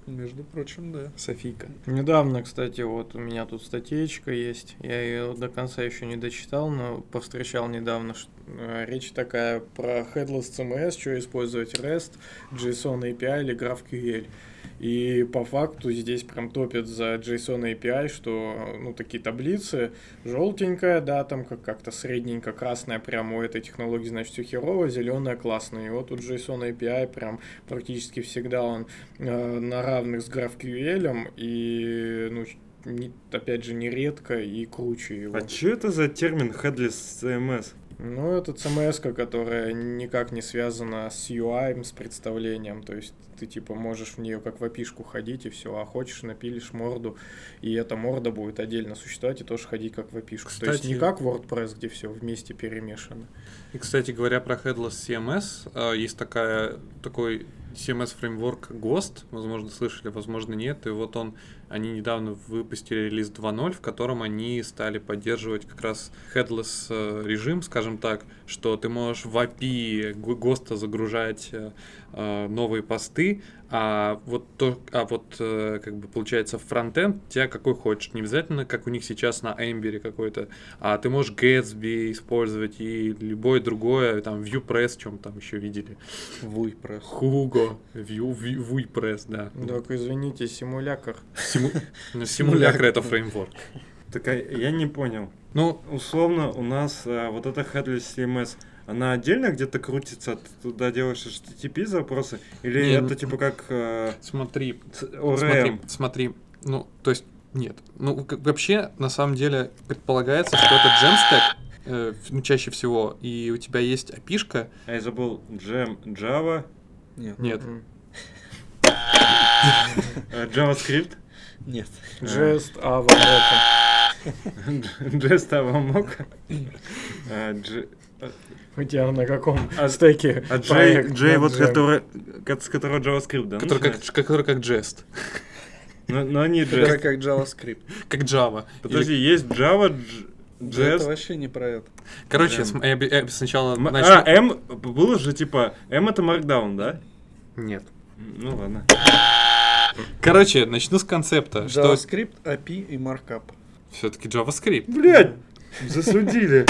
Между прочим, да. Софийка. Недавно, кстати, вот у меня тут статейка есть. Я ее до конца еще не дочитал, но повстречал недавно. Речь такая про Headless CMS, что использовать REST, JSON API или GraphQL. И по факту здесь прям топят за JSON API, что, ну, такие таблицы, желтенькая, да, там как-то средненько, красная прям у этой технологии, значит, все херово, зеленая классная. И вот тут JSON API прям практически всегда он на равных с GraphQL, и, ну, опять же, нередко и круче его. А что это за термин Headless CMS? Ну, это CMS-ка, которая никак не связана с UI, с представлением. То есть ты типа можешь в нее как в API-шку ходить и все, а хочешь напилишь морду, и эта морда будет отдельно существовать и тоже ходить как в API-шку. То есть не как WordPress, где все вместе перемешано. И, кстати говоря, про Headless CMS, есть такой CMS-фреймворк Ghost, возможно, слышали, возможно, нет. И вот они недавно выпустили релиз 2.0, в котором они стали поддерживать как раз headless режим, скажем так, что ты можешь в API Ghost загружать новые посты, как бы получается фронтенд у тебя какой хочешь, не обязательно как у них сейчас на Ember какой-то, а ты можешь Gatsby использовать и любое другое, там VuePress, чем там еще видели. VuePress. Hugo, VuePress, да. Так, извините, симулятор. Симулятор это фреймворк. Так я не понял. Ну, Условно у нас вот эта Headless CMS, она отдельно где-то крутится, ты туда делаешь HTTP запросы, или Не, это типа как смотри, ORM? смотри, ну, то есть, нет. Ну, вообще, на самом деле, предполагается, что это Jamstack, ну, чаще всего, и у тебя есть API-шка. А я забыл, Java, Нет. JavaScript, Нет. Jest, Avamoko. Jest, Avamoko, У тебя на каком стеке а проект J, на вот Jam? с которого JavaScript, да? Который как Jest. Но они Это Jest. как Javascript. Как Java. Подожди, есть Java, Да это Jest. вообще не про это. Короче, Jam. я сначала M, было же типа, M это Markdown, да? Нет. Ну ладно. Короче, начну с концепта, что JavaScript, API и Markup. все-таки JavaScript. Блядь, засудили.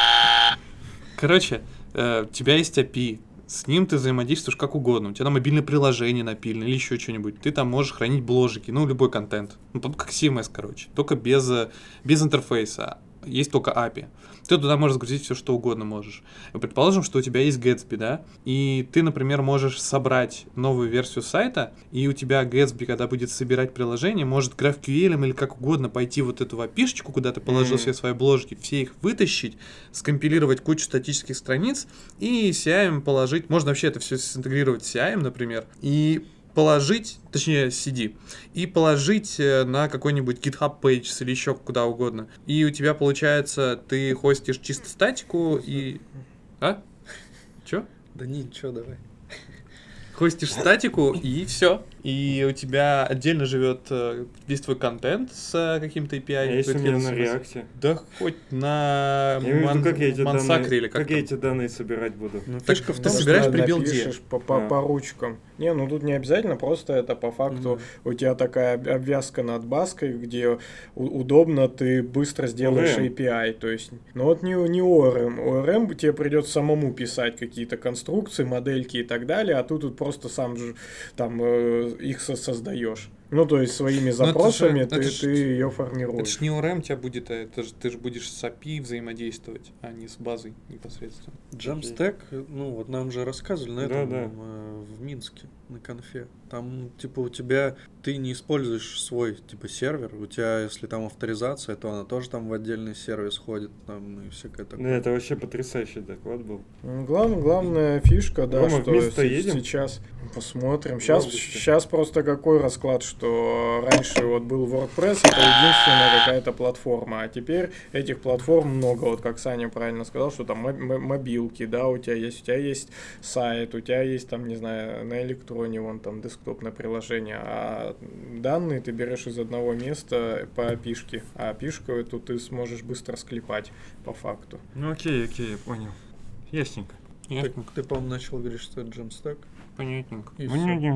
Короче, у тебя есть API, с ним ты взаимодействуешь как угодно. У тебя там мобильное приложение напилено или еще что-нибудь. Ты там можешь хранить бложики, ну, любой контент. Ну, как CMS, короче. Только без интерфейса. Есть только API. Ты туда можешь загрузить все, что угодно можешь. И предположим, что у тебя есть Gatsby, да? И ты, например, можешь собрать новую версию сайта, и у тебя Gatsby, когда будет собирать приложение, может GraphQL или как угодно пойти вот эту API-шечку, куда ты положил все свои бложки, все их вытащить, скомпилировать кучу статических страниц и CI положить. Можно вообще это все синтегрировать с CI, например, и положить, точнее CD, и положить на какой-нибудь GitHub Pages или еще куда угодно. И у тебя получается, ты хостишь чисто статику и... А? Чё? Да ничего, давай. Хостишь статику и все. И у тебя отдельно живет весь твой контент с каким-то API. А если у меня на каким-то реакте? Да хоть на Я имею в виду, как я эти Мансакре данные, или как там. я эти данные собирать буду? Ну, Так фишка в ты том, собираешь что... при билде. Напишешь по ручкам. Не, ну тут не обязательно, просто это по факту у тебя такая обвязка над баской, где удобно, ты быстро сделаешь ORM. API. То есть, ну вот не ORM. ORM тебе придется самому писать какие-то конструкции, модельки и так далее, а тут просто сам же там их создаешь. Ну, то есть своими запросами ты ее формируешь. Это ж не ORM у тебя будет, ты же будешь с API взаимодействовать, а не с базой непосредственно. Jamstack, ну вот нам же рассказывали на Да, этом да. в Минске, на конфе. Там, типа, у тебя, ты не используешь свой, типа, сервер, у тебя, если там авторизация, то она тоже там в отдельный сервис ходит, там, и всякое Да, такое. это вообще потрясающий доклад был. Главная фишка, да, Рома, что вместе едем? сейчас посмотрим. Августе. Сейчас просто какой расклад, что раньше вот был WordPress, это единственная какая-то платформа, а теперь этих платформ много, вот как Саня правильно сказал, что там мобилки, да, у тебя есть сайт, у тебя есть там, не знаю, на электроне вон там десктопное приложение, а данные ты берешь из одного места по API-шке, а API-шку эту ты сможешь быстро склепать по факту. Ну окей, я понял. Ясненько. Ты, по-моему, начал говорить, что это Jamstack. Понятненько. И всё. Понятненько.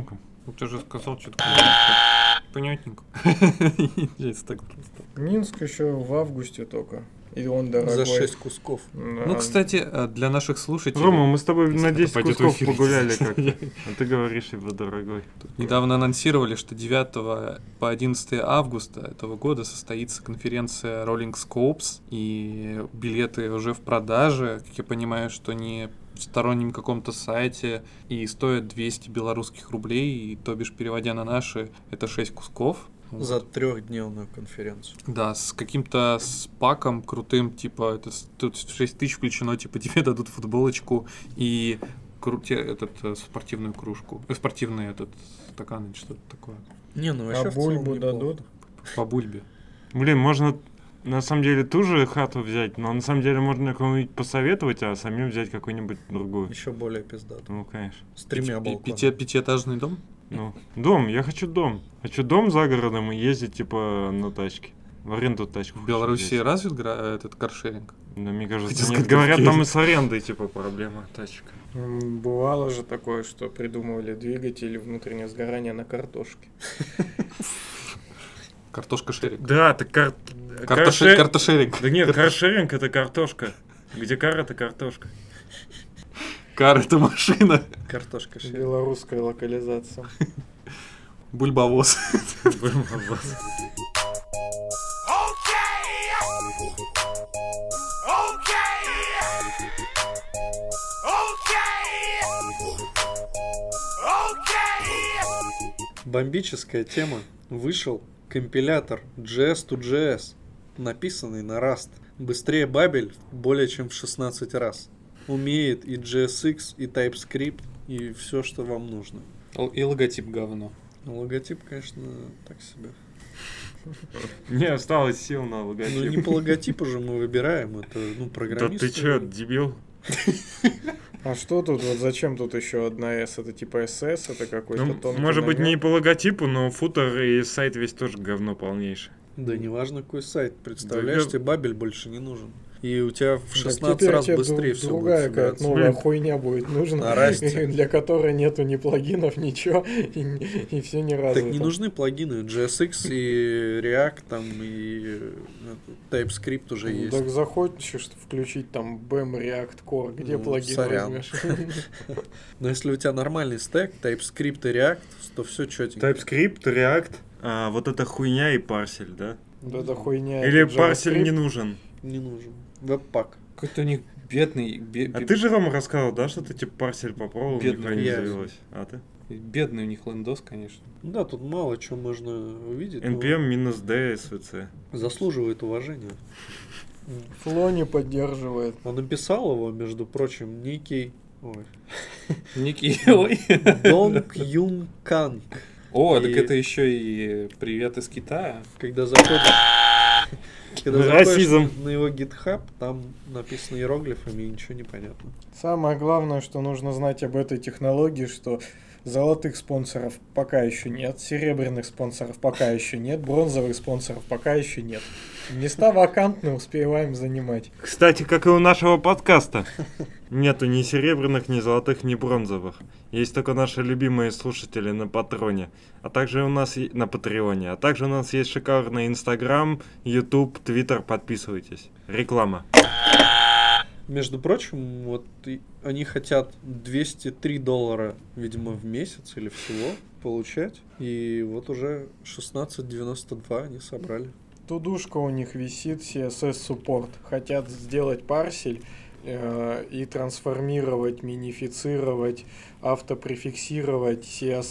Ну, ты же сказал что-то понятненько. Есть так просто. Минск еще в августе только. И он дорогой. За 6 кусков. Да. Ну, кстати, для наших слушателей... Рома, мы с тобой Если на это 10 пойдет в кусков эфир, погуляли естественно. как-то. А ты говоришь, его дорогой. Недавно анонсировали, что 9 по 11 августа этого года состоится конференция Rolling Scopes, и билеты уже в продаже, как я понимаю, что не в стороннем каком-то сайте, и стоят 200 белорусских рублей, и, то бишь, переводя на наши, это 6 кусков. За 3-дневную конференцию. Да, с каким-то паком крутым, типа, тут 6 тысяч включено, типа, тебе дадут футболочку и спортивную кружку, спортивный стакан или что-то такое. Не, ну вообще А в целом бульбу неплохо. дадут? По бульбе. Блин, можно на самом деле ту же хату взять, но на самом деле можно кому-нибудь посоветовать, а самим взять какую-нибудь другую. Еще более пиздато. Ну, конечно. С 3 балконами. Пятиэтажный дом? Ну, дом, я хочу дом. Хочу дом за городом и ездить, типа, на тачке. В аренду тачку. В хочу Беларуси взять. развит этот каршеринг? Да, мне кажется, Хотел нет. сказать, Говорят, в там Киеве. и с арендой, типа, проблема тачек. Бывало же такое, что придумывали двигатели внутреннего сгорания на картошке. Картошка-шеринг. Да, так Картошеринг. Да нет, каршеринг это картошка. Где кар это картошка. Кар — это машина. Картошка шеринг. Белорусская локализация. Бульбовоз. Бомбическая тема. Вышел компилятор JS2JS, написанный на Rust. Быстрее Бабель более чем в 16 раз. Умеет и JSX, и TypeScript, и все, что вам нужно. И логотип говно. Логотип, конечно, так себе. Не осталось сил на логотип. Ну не по логотипу же мы выбираем, это Да программисты. ты чё, дебил? А что тут? Вот зачем тут еще одна S? Это типа SS? Это какой-то Ну, тонкий может быть, не намёк? по логотипу, но футер и сайт весь тоже говно полнейшее. Да неважно какой сайт, представляешь, Да, тебе Бабель больше не нужен. И у тебя в Так 16 теперь раз тебе быстрее все будет другая какая-то собираться. новая Блин. хуйня будет нужна, На Расте. для которой нету ни плагинов, ничего, и все не развито. Так не нужны плагины, JSX и React, там и TypeScript уже есть. Так захочешь включить там BAM React Core, где Ну, плагин сорян. возьмешь? Но если у тебя нормальный стек, TypeScript и React, то все четенько. TypeScript, React, вот эта хуйня и парсель, да? Да это хуйня. Или это парсель JavaScript. не нужен? Не нужен. Веб-пак. Какой-то у них бедный... А ты же, Рома, рассказывал, да, что ты типа парсель попробовал, Бедный никогда не я. завелось? А ты? Бедный у них лендос, конечно. Ну да, тут мало чего можно увидеть. но npm-d svc. заслуживает уважения. Фло не поддерживает. Он написал его, между прочим, некий... Ой. Некий... Ой. Донг Юн Канг. О, И- так это еще и привет из Китая. Когда заходишь... Когда Расизм. заходишь на его GitHub, там написано иероглифами, и ничего не понятно. Самое главное, что нужно знать об этой технологии, что золотых спонсоров пока еще нет, серебряных спонсоров пока еще нет, бронзовых спонсоров пока еще нет. Места вакантны, успеваем занимать. Кстати, как и у нашего подкаста. Нету ни серебряных, ни золотых, ни бронзовых. Есть только наши любимые слушатели на Патроне. А также у нас на Патреоне. А также у нас есть шикарный Инстаграм, Ютуб, Твиттер. Подписывайтесь. Реклама. Между прочим, вот они хотят $203, видимо, в месяц или всего получать. И вот уже 16.92 они собрали. Тудушка у них висит, CSS support. Хотят сделать парсель и трансформировать, минифицировать, автопрефиксировать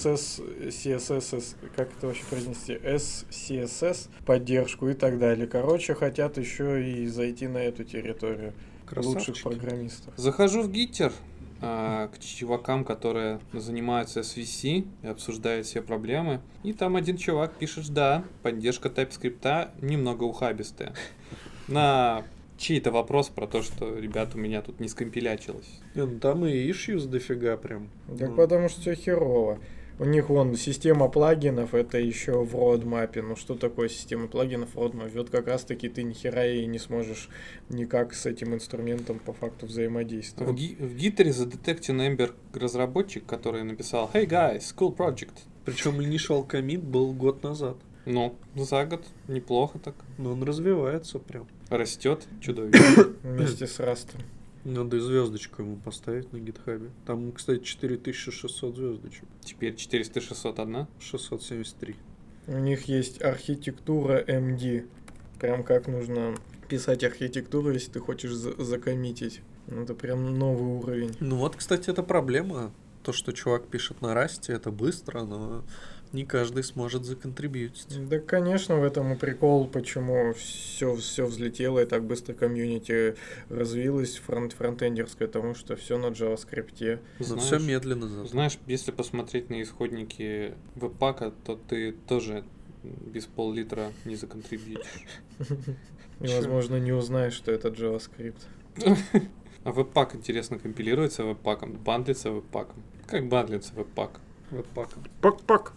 CSS, как это вообще произнести, SCSS поддержку и так далее. Короче, хотят еще и зайти на эту территорию лучших Красавчики. программистов. Захожу в Гиттер к чувакам, которые занимаются SVC и обсуждают все проблемы. И там один чувак пишет, да, поддержка TypeScript немного ухабистая. На чей-то вопрос про то, что, ребят, у меня тут не скомпилячилось. Не, ну там и issues дофига прям. Так Ну, потому что все херово. У них вон система плагинов, это еще в родмапе. Ну что такое система плагинов в родмапе? Вот как раз таки ты нихера и не сможешь никак с этим инструментом по факту В взаимодействовать. Гиттере задетектен Ember разработчик, который написал: Hey guys, cool project. Причем Initial Commit был год назад. Ну, за год неплохо так. Но он развивается прям. Растет чудовищно. Вместе с Растом. Надо и звездочку ему поставить на гитхабе. Там, кстати, 4600 звездочек. Теперь 400-601. 673. У них есть архитектура MD. Прям как нужно писать архитектуру, если ты хочешь закоммитить. Это прям новый уровень. Ну вот, кстати, это проблема. То, что чувак пишет на расте, это быстро, но не каждый сможет законтрибьютить. Да, конечно, в этом и прикол, почему все взлетело и так быстро комьюнити развилось фронтендерское, потому что все на JavaScript. Но все медленно зато. Знаешь, если посмотреть на исходники веб-пака, то ты тоже без пол-литра не законтрибьютишь. И, возможно, не узнаешь, что это JavaScript. А веб-пак, интересно, компилируется веб-паком, бандлится веб-паком. Как бандлится веб-пак? Веб-паком. Пак-пак.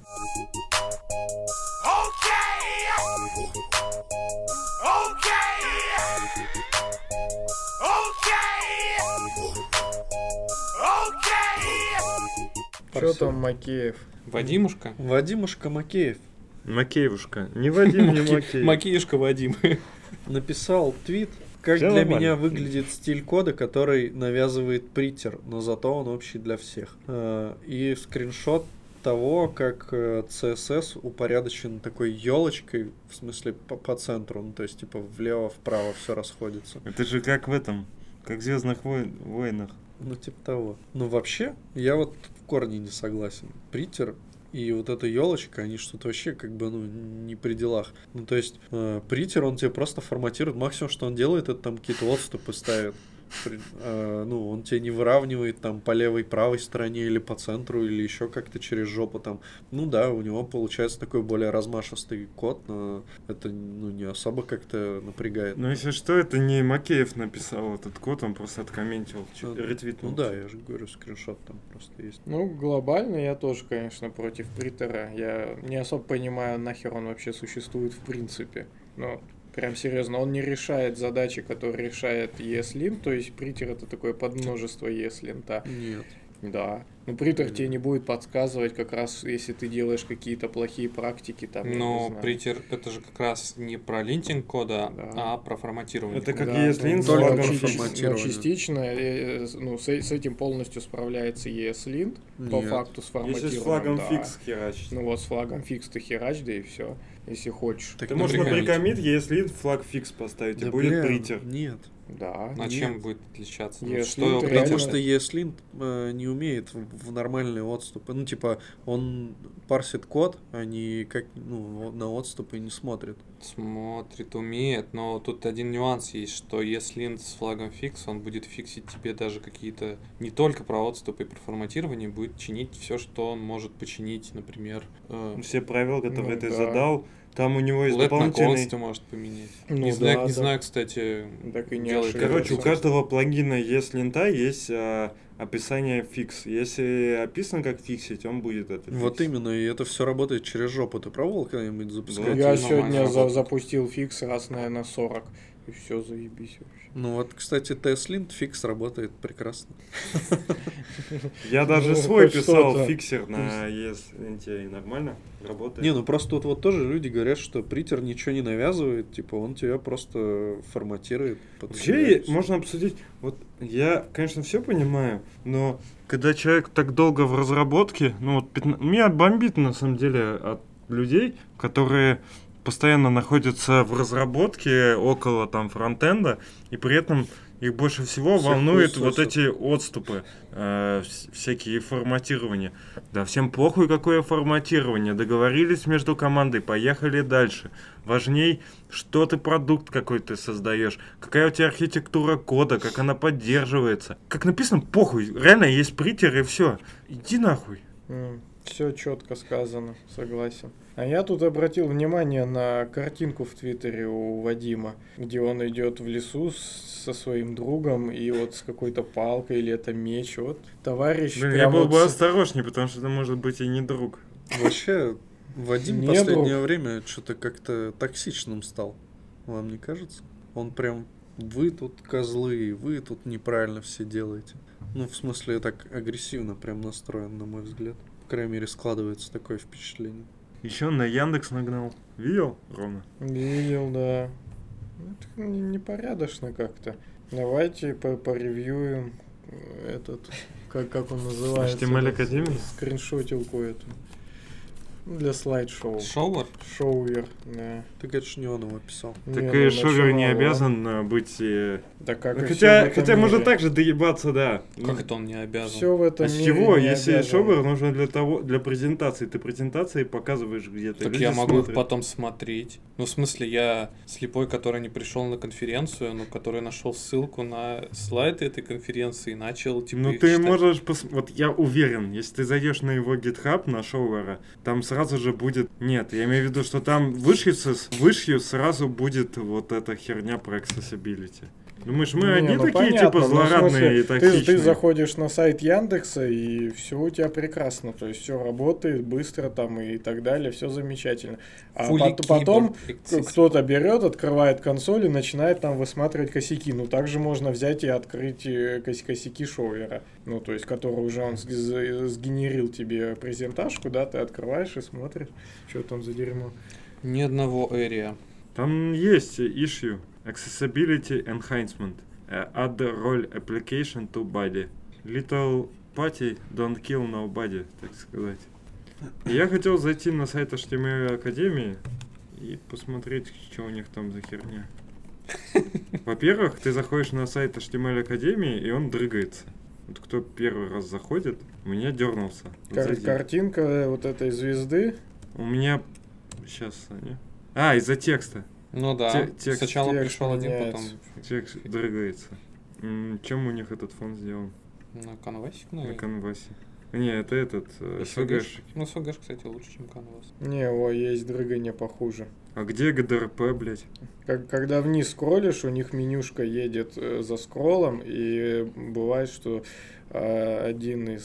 Что там, Макеев? Вадимушка? Вадимушка Макеев Макеевушка. Не Вадим, не Макеев. Макеюшка Вадим. написал твит, как Всё для нормально. меня выглядит стиль кода, который навязывает притер, но зато он общий для всех. И скриншот того, как CSS упорядочен такой елочкой, в смысле по центру, ну то есть типа влево-вправо все расходится. Это же как в этом, как в Звездных войнах. Ну типа того. Ну вообще, я вот в корне не согласен. Притер и вот эта елочка, они что-то вообще как бы, ну, не при делах. Ну, то есть, притер, он тебе просто форматирует. Максимум, что он делает, это там какие-то отступы ставит. Ну, он тебе не выравнивает там по левой, правой стороне или по центру, или еще как-то через жопу там. Ну да, у него получается такой более размашистый код, но это, ну, не особо как-то напрягает. Но если что, это не Макеев написал этот код, он просто откомментил, ретвитнул. Ну да, я же говорю, скриншот там просто есть. Ну, глобально я тоже, конечно, против притера. Я не особо понимаю, нахер он вообще существует в принципе. Но прям серьезно, он не решает задачи, которые решает ESLint, то есть притер это такое подмножество ESLint. Нет. Да. Ну, притер тебе не будет подсказывать, как раз если ты делаешь какие-то плохие практики там. я не Но знаю. притер это же как раз не про линтинг кода, Да. а про форматирование. Это как Да, ESLint с только флагом частично. фикс. форматирование. частично, ну, с этим полностью справляется ESLint, по Нет. факту с форматированием. Если с флагом да. фикс херачить. Ну вот с флагом фикс ты херач, да и все, если хочешь. Так Ты можешь на напрягает. прикоммит ESLint флаг фикс поставить, и Да, будет бля, притер. Нет. Да. А Нет. чем будет отличаться? Ну, Если что его ты Потому реально- что ESLint не умеет в нормальные отступы. Ну, типа, он парсит код, а не как, ну, на отступы не смотрит. Смотрит, умеет, но тут один нюанс есть, что если линт с флагом фикс, он будет фиксить тебе даже какие-то, не только про отступы и про форматирование, будет чинить все, что он может починить, например, Все правила, которые Ну ты да. задал, там у него есть LED на дополнительный... консте может поменять. Ну не, да, знаю, да. не знаю, кстати, Так и не делает ошибся. Короче, у это. каждого плагина ESLint есть описание фикс. Если описано как фиксить, он будет это Вот фиксить. именно, и это все работает через жопу. Ты пробовал когда-нибудь запускать? Да. Я это сегодня нормально работает. запустил фикс раз, наверное, 40. И все, заебись вообще. Ну вот, кстати, TSLint фикс работает прекрасно. Я даже Ну, свой хоть писал что-то. фиксер на ESLint, и нормально работает. Не, ну просто тут вот тоже люди говорят, что притер ничего не навязывает, типа он тебя просто форматирует. под Вообще себя. можно обсудить. Вот я, конечно, все понимаю, но когда человек так долго в разработке, ну вот меня бомбит на самом деле от людей, которые постоянно находятся в разработке около там фронтенда, и при этом их больше всего Всех волнует хуесосят. вот эти отступы, всякие форматирования. Да, всем похуй, какое форматирование. Договорились между командой, поехали дальше. Важней, что ты продукт какой ты создаешь, какая у тебя архитектура кода, как она поддерживается. Как написано, похуй, реально есть притер и все. Иди нахуй. Все четко сказано, согласен. А я тут обратил внимание на картинку в Твиттере у Вадима, где он идет в лесу со своим другом и вот с какой-то палкой или это меч. Вот товарищ. Блин, я прям был вот бы с- осторожней, потому что это может быть и не друг. Вообще, Вадим в Не последнее друг. время что-то как-то токсичным стал. Вам не кажется? Он прям, вы тут козлы, вы тут неправильно все делаете. Ну, в смысле, так агрессивно прям настроен, на мой взгляд. По крайней мере, складывается такое впечатление. Еще на Яндекс нагнал. Видел, Рома? Видел, да. Это непорядочно как-то. Давайте поревьюем этот, как он называется? HTML Академии? Скриншотилку эту. Для слайд-шоу. Шоуэр? Шоуер, да. Так это ж не он его писал. Так Не, и ну, Шовер не начинал он. обязан быть... Да как и Хотя, всё в этом хотя может мире. так же доебаться, да. Как это он не обязан? Все в этом А с мире чего? не Если обязан. Шовер нужно для презентации, ты презентации показываешь где-то. Так люди я могу их смотрят. потом смотреть. Ну, в смысле, я слепой, который не пришел на конференцию, но который нашел ссылку на слайды этой конференции и начал, типа, Ну их ты читать. можешь... Вот я уверен, если ты зайдешь на его GitHub, на Шовера, там сразу же будет... Нет, я имею в виду, что там вышью сразу будет вот эта херня про accessibility. Думаешь, мы Не, одни ну такие, понятно, типа, ну, в злорадные смысле, и токсичные? ты заходишь на сайт Яндекса, и все у тебя прекрасно. То есть все работает быстро там и так далее, все замечательно. А Fully потом keyboard accessible. кто-то берет, открывает консоль и начинает там высматривать косяки. Ну, также можно взять и открыть косяки Шовера. Ну, то есть, который уже он сгенерил тебе презентажку, да, ты открываешь и смотришь, что там за дерьмо. Ни одного area. Там есть issue. Accessibility enhancement. Add role application to body. Little party don't kill nobody, так сказать. И я хотел зайти на сайт HTML Академии и посмотреть, что у них там за херня. Во-первых, ты заходишь на сайт HTML Академии, и он дрыгается. Вот кто первый раз заходит, у меня дернулся. Вот зайди. Картинка вот этой звезды. У меня... Сейчас, они... из-за текста. Ну да, Текст сначала пришел один, потом меняется. Текст дрыгается. Чем у них этот фон сделан? на канвасик, На наверное. канвасе. Не, это этот, SVG. Ну, SVG, кстати, лучше, чем канвас. Не, есть дрыгание похуже. А где GDRP, блядь? Когда вниз скроллишь, у них менюшка едет за скроллом, и бывает, что одна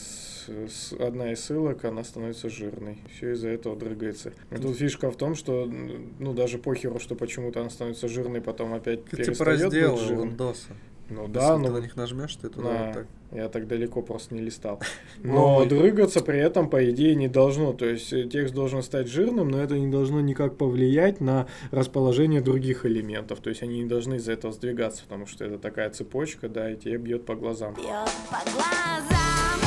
из ссылок, она становится жирной. Все из-за этого дрыгается. И тут фишка в том, что даже похеру, что почему-то она становится жирной, потом опять Типа перестает быть разделы жирной. Windows. Ну Если да, ты но на них нажмешь, ты туда Да, вот так. я так далеко просто не листал. Но дрыгаться при этом, по идее, не должно. То есть текст должен стать жирным, но это не должно никак повлиять на расположение других элементов. То есть они не должны из-за этого сдвигаться, потому что это такая цепочка, да, и тебе бьет по глазам. Бьет по глазам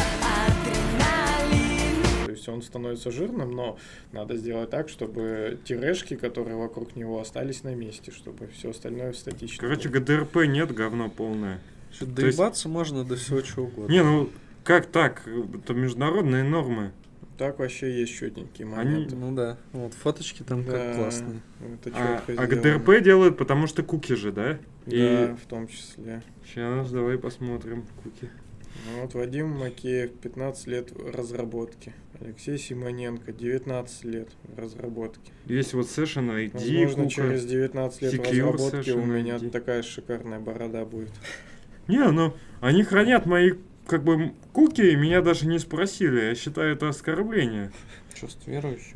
адреналин. То есть он становится жирным, но надо сделать так, чтобы тирешки, которые вокруг него, остались на месте, чтобы все остальное статично. Короче, было. GDRP нет, говно полное. Что, То есть- доебаться можно до всего чего угодно. Не, ну как так? Это международные нормы. Так вообще есть четенькие Они- моменты. Ну да, вот фоточки там как Да, классные. Это А чётко GDRP делают, потому что куки же, да? Да, в том числе. Сейчас давай посмотрим куки. Ну вот Вадим Макеев, 15 лет разработки. Алексей Симоненко, 19 лет разработки. Есть вот Session ID, Возможно, кука. через 19 лет Secure разработки у Session меня ID. такая шикарная борода будет. Не, ну они хранят мои как бы куки, и меня даже не спросили. Я считаю, это оскорбление. Чувств верующих.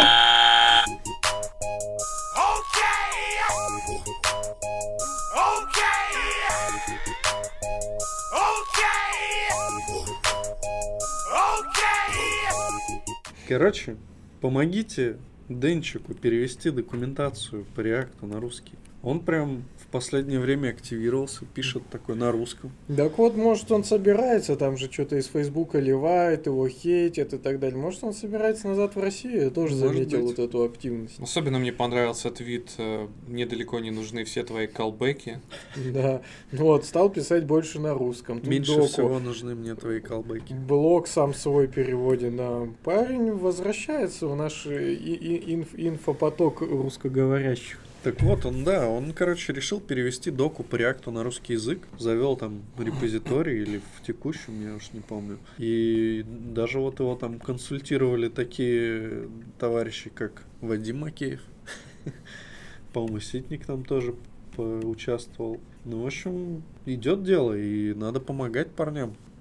Короче, помогите Денчику перевести документацию по реакту на русский. Он прям в последнее время активировался, пишет такой на русском. Так вот, может, он собирается, там же что-то из Фейсбука ливает, его хейтят и так далее. Может, он собирается назад в Россию? Я тоже Может заметил быть. вот эту активность. Особенно мне понравился твит «Мне далеко не нужны все твои колбеки». Да. Ну вот, стал писать больше на русском. Тут Меньше доку. всего нужны мне твои колбеки. Блог сам свой переводит, да. Парень возвращается в наш инфопоток русскоговорящих. Так вот, он, короче, решил перевести доку по реакту на русский язык. Завел там репозиторий или в текущем, я уж не помню. И даже вот его там консультировали такие товарищи, как Вадим Макеев. По-моему, Ситник там тоже поучаствовал. Ну, в общем, идет дело, и надо помогать парням.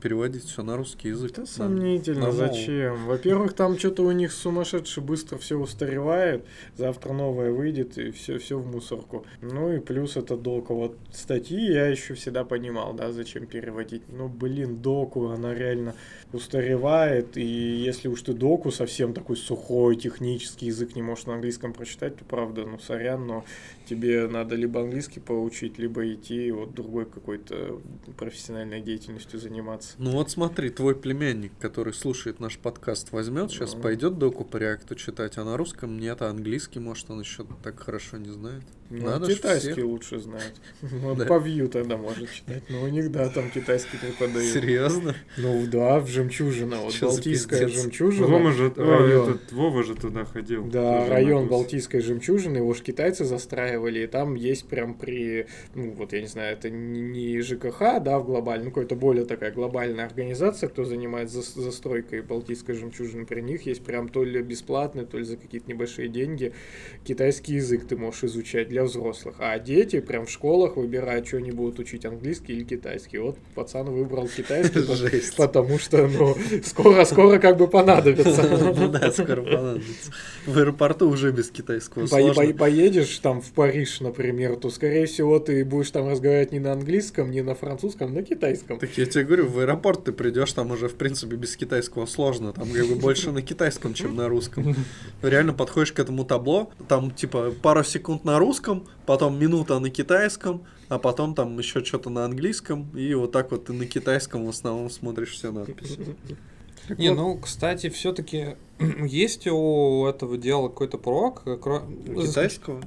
переводить все на русский язык. Это сомнительно, на зачем? Во-первых, там что-то у них сумасшедше быстро все устаревает, завтра новое выйдет и все в мусорку. Ну и плюс это доку. Вот статьи я еще всегда понимал, да, зачем переводить. Ну, блин, доку, она реально устаревает, и если уж ты доку совсем такой сухой, технический язык не можешь на английском прочитать, то правда, ну, сорян, но тебе надо либо английский поучить, либо идти вот другой какой-то профессиональной деятельностью заниматься. Ну вот смотри, твой племянник, который слушает наш подкаст, возьмет, сейчас пойдет доку по реакту читать, а на русском нет, а английский, может, он еще так хорошо не знает. Ну, Надо ж китайский всех. лучше знает. Вот Да. по Vue тогда может читать. Но у них, да, там китайский преподают. Серьезно? Ну да, в Жемчужина. Вот Чё за Балтийская пиздец? Жемчужина. Вова район. же туда ходил. Да, тоже район на курс. Балтийской Жемчужины, его ж китайцы застраивали, и там есть прям ну вот я не знаю, это не ЖКХ, да, в глобальном, ну какая-то более такая глобальная организация, кто занимается застройкой Балтийской Жемчужины, при них есть прям то ли бесплатный, то ли за какие-то небольшие деньги китайский язык ты можешь изучать для взрослых, а дети прям в школах выбирают, что они будут учить, английский или китайский. Вот пацан выбрал китайский, Жесть. потому что, ну, скоро как бы понадобится. Ну да, скоро понадобится. В аэропорту уже без китайского сложно. Поедешь там в Париж, например, то, скорее всего, ты будешь там разговаривать не на английском, не на французском, а на китайском. Так я тебе говорю, в аэропорт ты придешь, там уже, в принципе, без китайского сложно. Там как бы больше на китайском, чем на русском. Реально подходишь к этому табло, там типа пару секунд на русском, потом минута на китайском, а потом там еще что-то на английском, и вот так вот ты на китайском в основном смотришь все надписи. Не, ну, кстати, все-таки есть у этого дела какой-то прок. Китайского?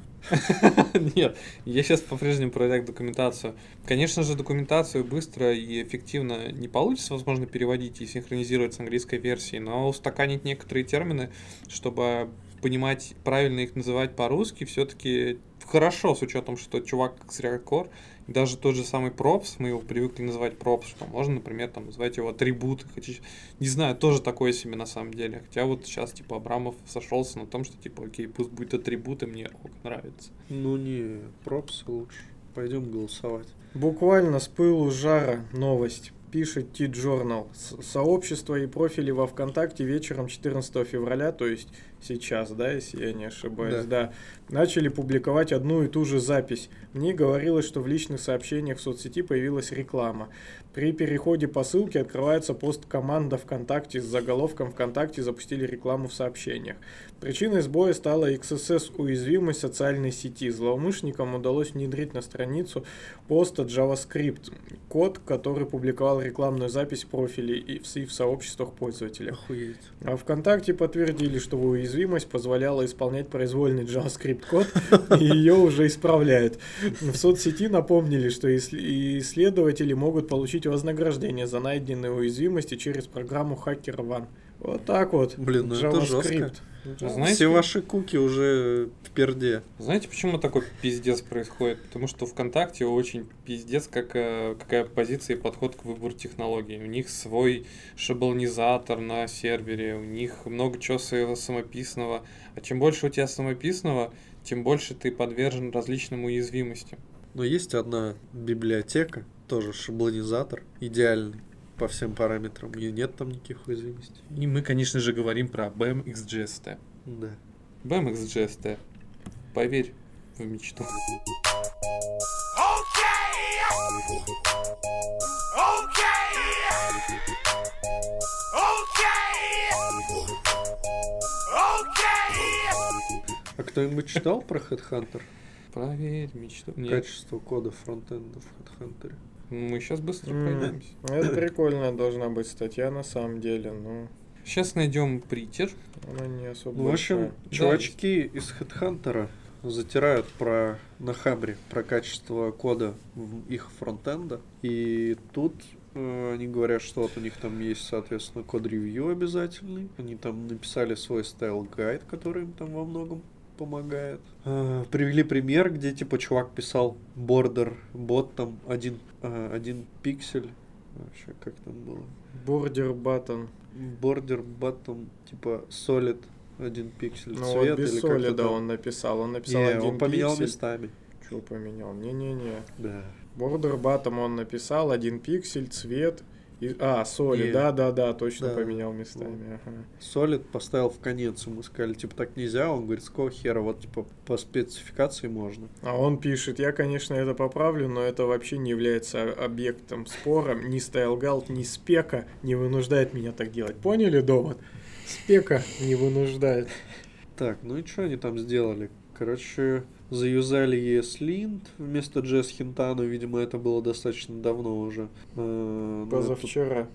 Нет, я сейчас по-прежнему проверяю документацию. Конечно же, документацию быстро и эффективно не получится, возможно, переводить и синхронизировать с английской версией, но устаканить некоторые термины, чтобы понимать, правильно их называть по-русски, все-таки хорошо, с учетом, что чувак как Срякор, даже тот же самый пропс, мы его привыкли называть пропс, что можно, например, там назвать его атрибут, не знаю, тоже такое себе на самом деле. Хотя вот сейчас, типа, Абрамов сошелся на том, что, типа, окей, пусть будет атрибут, и мне нравится. Ну не, пропсы лучше. Пойдем голосовать. Буквально с пылу с жара новость. Пишет T-Journal. Сообщество и профили во ВКонтакте вечером 14 февраля, то есть сейчас, да, если я не ошибаюсь, да, начали публиковать одну и ту же запись. Мне говорилось, что в личных сообщениях в соцсети появилась реклама. При переходе по ссылке открывается пост команда ВКонтакте с заголовком «ВКонтакте запустили рекламу в сообщениях». Причиной сбоя стала XSS-уязвимость социальной сети. Злоумышленникам удалось внедрить на страницу поста JavaScript, код, который публиковал рекламную запись в профиле и в сообществах пользователей. Охуеть. А ВКонтакте подтвердили, что уязвимость позволяла исполнять произвольный JavaScript-код, и ее уже исправляют. В соцсети напомнили, что исследователи могут получить вознаграждение за найденные уязвимости через программу HackerOne. Вот так вот. Блин, ну это жестко. Знаете, Все ваши куки уже в перде. Знаете, почему такой пиздец происходит? Потому что ВКонтакте очень пиздец, какая позиция и подход к выбору технологий. У них свой шаблонизатор на сервере, у них много чего своего самописного. А чем больше у тебя самописного, тем больше ты подвержен различным уязвимостям. Но есть одна библиотека, тоже шаблонизатор, идеальный по всем параметрам, и нет там никаких уязвимостей. И мы, конечно же, говорим про BMXJST. Да. BMXJST. Поверь в мечту. А кто-нибудь читал про Headhunter? Проверь мечту. Нет, Качество кода фронтенда в Headhunter. мы сейчас быстро пройдемся. Это прикольная должна быть статья на самом деле, но Сейчас найдем притер. она не особо Ну, в общем, большая. чувачки из Headhunter затирают на Хабре про качество кода их фронтенда. И тут они говорят, что вот у них там есть, соответственно, код-ревью обязательный. Они там написали свой стайл-гайд, который им там во многом помогает. Привели пример, где типа чувак писал border бот там один пиксель. Вообще, как там было? Border button. Border button типа solid 1 пиксель Ну цвет вот без или соли, как-то да, там. он написал. Он написал Не, один он поменял пиксель. местами. Что поменял? Не-не-не. Да. Border button он написал, 1 пиксель, цвет Solid, Не. да, точно Да. поменял местами. Ага. Solid поставил в конец, ему сказали, типа, так нельзя, он говорит, с какого хера, вот, типа, по спецификации можно. А он пишет, я, конечно, это поправлю, но это вообще не является объектом спора. Ни StyleGuard, ни спека не вынуждает меня так делать. Поняли довод? Спека не вынуждает. Так, ну и что они там сделали? Короче, заюзали ESLint вместо JS Hintana, видимо, это было достаточно давно уже. Ну, Позавчера.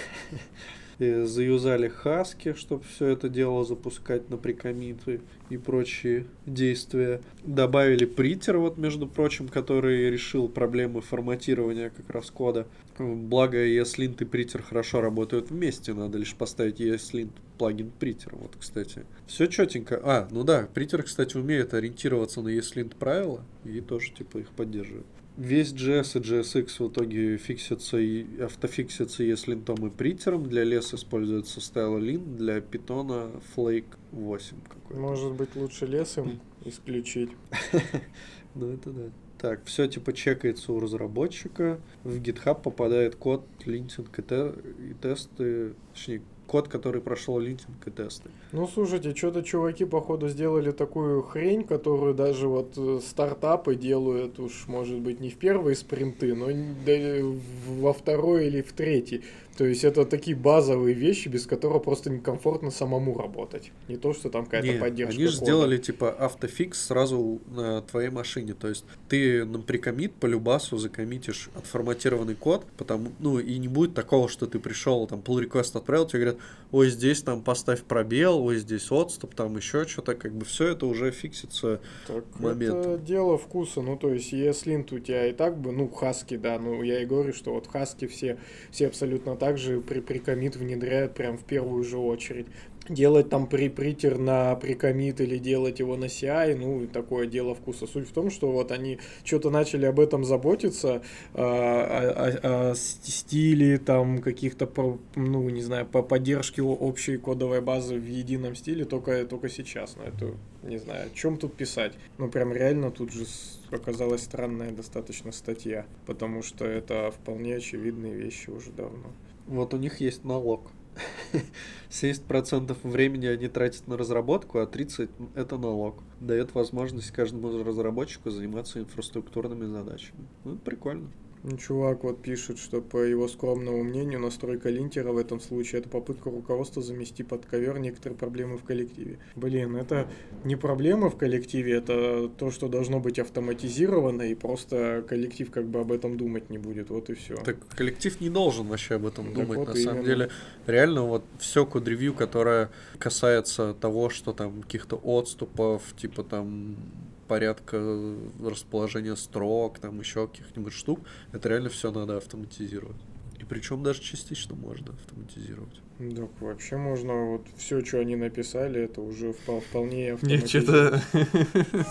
Заюзали Husky, чтобы все это дело запускать на прикоммиты и прочие действия. Добавили Приттер, вот, между прочим, который решил проблемы форматирования как раз кода. Благо ESLint и Приттер хорошо работают вместе, надо лишь поставить ESLint плагин Приттер. Вот, кстати. Все четенько. Ну да, Приттер, кстати, умеет ориентироваться на ESLint правила и тоже типа их поддерживает. Весь JS и JSX в итоге фиксится и автофиксится ESLint и Приттером. Для лес используется StyleLint, для Python Flake 8 какой-то. Может быть, лучше лесом исключить. Ну это да. Так, все типа чекается у разработчика. В GitHub попадает код, линтинг и тесты. Точнее, код, который прошел линтинг и тесты. Ну, слушайте, что-то чуваки, походу, сделали такую хрень, которую даже вот стартапы делают уж, может быть, не в первые спринты, но во второй или в третий. То есть это такие базовые вещи, без которых просто некомфортно самому работать. Не то, что там какая-то поддержка они же кода. сделали типа автофикс сразу на твоей машине. То есть ты на прикоммит по любасу закоммитишь отформатированный код, и не будет такого, что ты пришел, там, pull request отправил, тебе говорят, ой, здесь там поставь пробел, ой, здесь отступ, там еще что-то, как бы все это уже фиксится Так, моментом. это дело вкуса. Ну, то есть, ESLint у тебя и так бы, Husky, да, я и говорю, что вот Husky все абсолютно так же прикоммит внедряют прям в первую же очередь. Делать там притер на прикоммит или делать его на CI, такое дело вкуса. Суть в том, что вот они что-то начали об этом заботиться, о стиле, там, каких-то, не знаю, по поддержке общей кодовой базы в едином стиле только сейчас. Это, не знаю, о чем тут писать. Прям реально тут же оказалась странная достаточно статья, потому что это вполне очевидные вещи уже давно. Вот у них есть налог. 70% времени они тратят на разработку, а 30% это налог. Дает возможность каждому разработчику заниматься инфраструктурными задачами. Это прикольно. Чувак вот пишет, что по его скромному мнению настройка линтера в этом случае это попытка руководства замести под ковер некоторые проблемы в коллективе. Блин, это не проблема в коллективе, это то, что должно быть автоматизировано, и просто коллектив как бы об этом думать не будет, вот и все. Так коллектив не должен вообще об этом думать, вот на самом именно. деле. Реально вот все код-ревью, которое касается того, что там каких-то отступов, типа там порядка расположения строк, там еще каких-нибудь штук, это реально все надо автоматизировать. И причем даже частично можно автоматизировать. Так, вообще можно вот все, что они написали, это уже вполне Мне автоматизировано. что-то...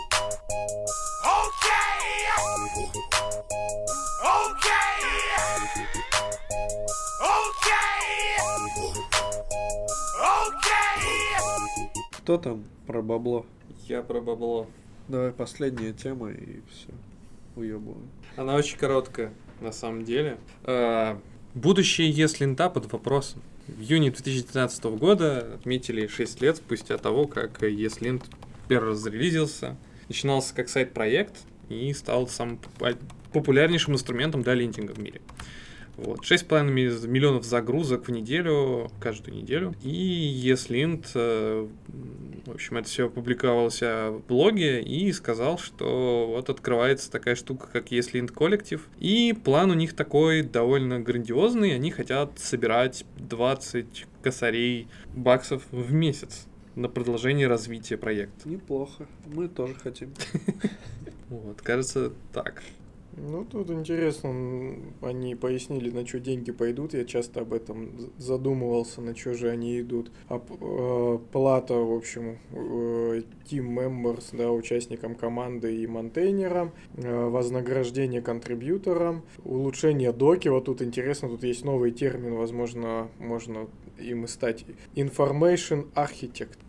Кто там про бабло? Я про бабло. Давай последняя тема и все. Уебываем. Она очень короткая, на самом деле. Будущее ESLint под вопросом. В июне 2019 года отметили 6 лет спустя того, как ESLint первый раз зарелизился. Начинался как сайт-проект и стал самым популярнейшим инструментом для линтинга в мире. Вот. 6,5 миллионов загрузок в неделю, каждую неделю. И ESLint, в общем, это все опубликовалось в блоге и сказал, что вот открывается такая штука, как ESLint Collective. И план у них такой довольно грандиозный. Они хотят собирать 20 косарей баксов в месяц на продолжение развития проекта. Неплохо. Мы тоже хотим. Вот, кажется, так. Тут интересно, они пояснили, на что деньги пойдут. Я часто об этом задумывался, на что же они идут. Плата, в общем, team members, да, участникам команды и монтейнерам, вознаграждение контрибьюторам, улучшение доки. Вот тут интересно, тут есть новый термин, возможно, можно им и стать. Information Architect.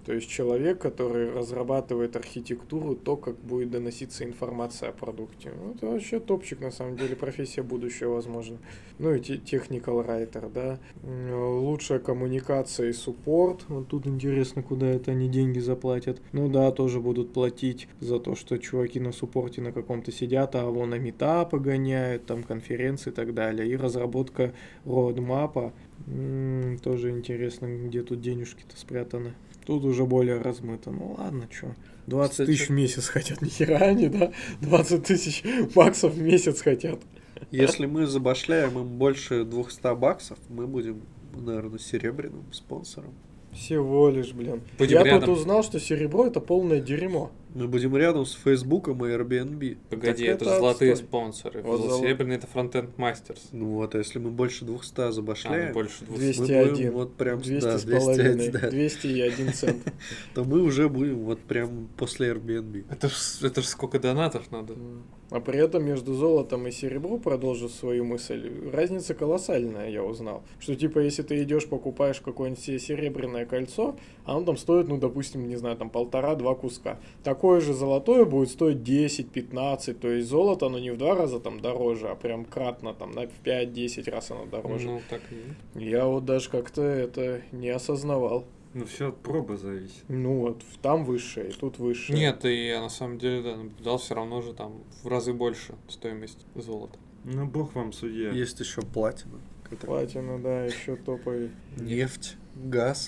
То есть человек, который разрабатывает архитектуру, то, как будет доноситься информация о продукте. Ну, это вообще топчик, на самом деле, профессия будущего, возможно. Ну и technical writer, да. Лучшая коммуникация и суппорт. Вот тут интересно, куда это они деньги заплатят. Ну да, тоже будут платить за то, что чуваки на суппорте на каком-то сидят, а вон на митапы гоняют, там конференции и так далее. И разработка роудмапа. Тоже интересно, где тут денежки-то спрятаны. Тут уже более размыто. Ну ладно, что. 20 тысяч в месяц хотят. Нихера они, да? 20 тысяч баксов в месяц хотят. Если мы забашляем им больше 200 баксов, мы будем, наверное, серебряным спонсором. Всего лишь, блин. Будем Я рядом. тут узнал, что серебро это полное дерьмо. Мы будем рядом с Фейсбуком и Airbnb. Погоди, Так это это же золотые отстой. спонсоры. Вот Серебряный это Frontend Masters. Ну вот, а если мы больше 200 забашляем, Больше 200. 201. будем вот прям, 200 да, с половиной. 201, да. 201 цент. то мы уже будем вот прям после Airbnb. Это ж сколько донатов надо. А при этом между золотом и серебром, продолжу свою мысль, разница колоссальная, я узнал. Что типа, если ты идешь, покупаешь какое-нибудь себе серебряное кольцо, оно там стоит, ну, допустим, не знаю, там 1,5-2 куска. Такое же золотое будет стоить 10-15, то есть золото, оно не в 2 раза там дороже, а прям кратно, там, в 5-10 раз оно дороже. Ну, так и есть. Я вот даже как-то это не осознавал. Ну, все от пробы зависит. Ну вот, там выше, и тут выше. Нет, и я на самом деле, да, наблюдал все равно же там в разы больше стоимость золота. Ну, бог вам судья. Есть еще платина. Платина, да, еще топовый. Нефть, газ.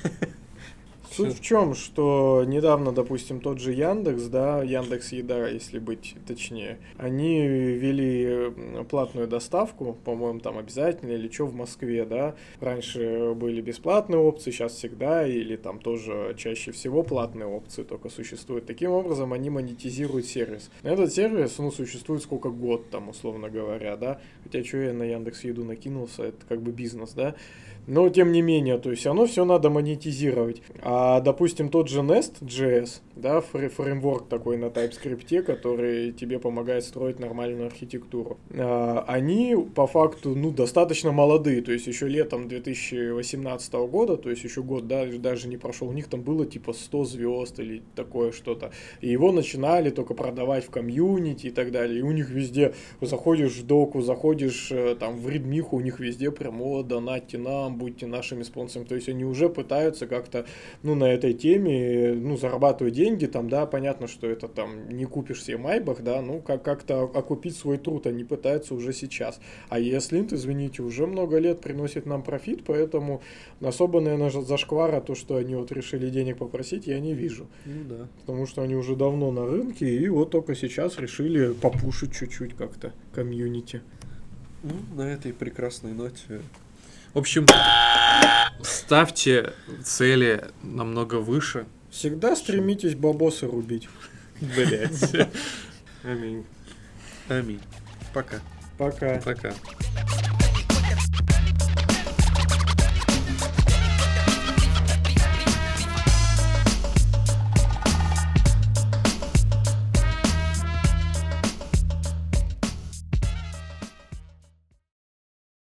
Суть в чем, что недавно, допустим, тот же Яндекс, да, Яндекс.Еда, если быть точнее, они ввели платную доставку, по-моему, там обязательно или что в Москве, да. Раньше были бесплатные опции, сейчас всегда, или там тоже чаще всего платные опции только существуют. Таким образом, они монетизируют сервис. Этот сервис, ну, существует сколько год, там, условно говоря, да. Хотя, что я на Яндекс.Еду накинулся, это как бы бизнес, да. Но, тем не менее, то есть оно все надо монетизировать. А, допустим, тот же Nest.js, да, фреймворк такой на TypeScript, который тебе помогает строить нормальную архитектуру, они, по факту, ну, достаточно молодые. То есть еще летом 2018 года, то есть еще год, да, даже не прошел, у них там было типа 100 звезд или такое что-то. И его начинали только продавать в комьюнити и так далее. И у них везде, заходишь в доку, заходишь там в редмиху, у них везде прямо донатьте нам, будьте нашими спонсорами. То есть они уже пытаются как-то, ну, на этой теме, ну, зарабатывать деньги, там, да, понятно, что это там не купишь себе Майбах, да, ну, как-то окупить свой труд они пытаются уже сейчас. А ESLint, извините, уже много лет приносит нам профит, поэтому особо, наверное, зашквара то, что они вот решили денег попросить, я не вижу. Ну да. Потому что они уже давно на рынке, и вот только сейчас решили попушить чуть-чуть как-то комьюнити. Ну, на этой прекрасной ноте. В общем, ставьте цели намного выше. Всегда стремитесь бабосы рубить. Блять. Аминь. Аминь. Пока. Пока. Пока.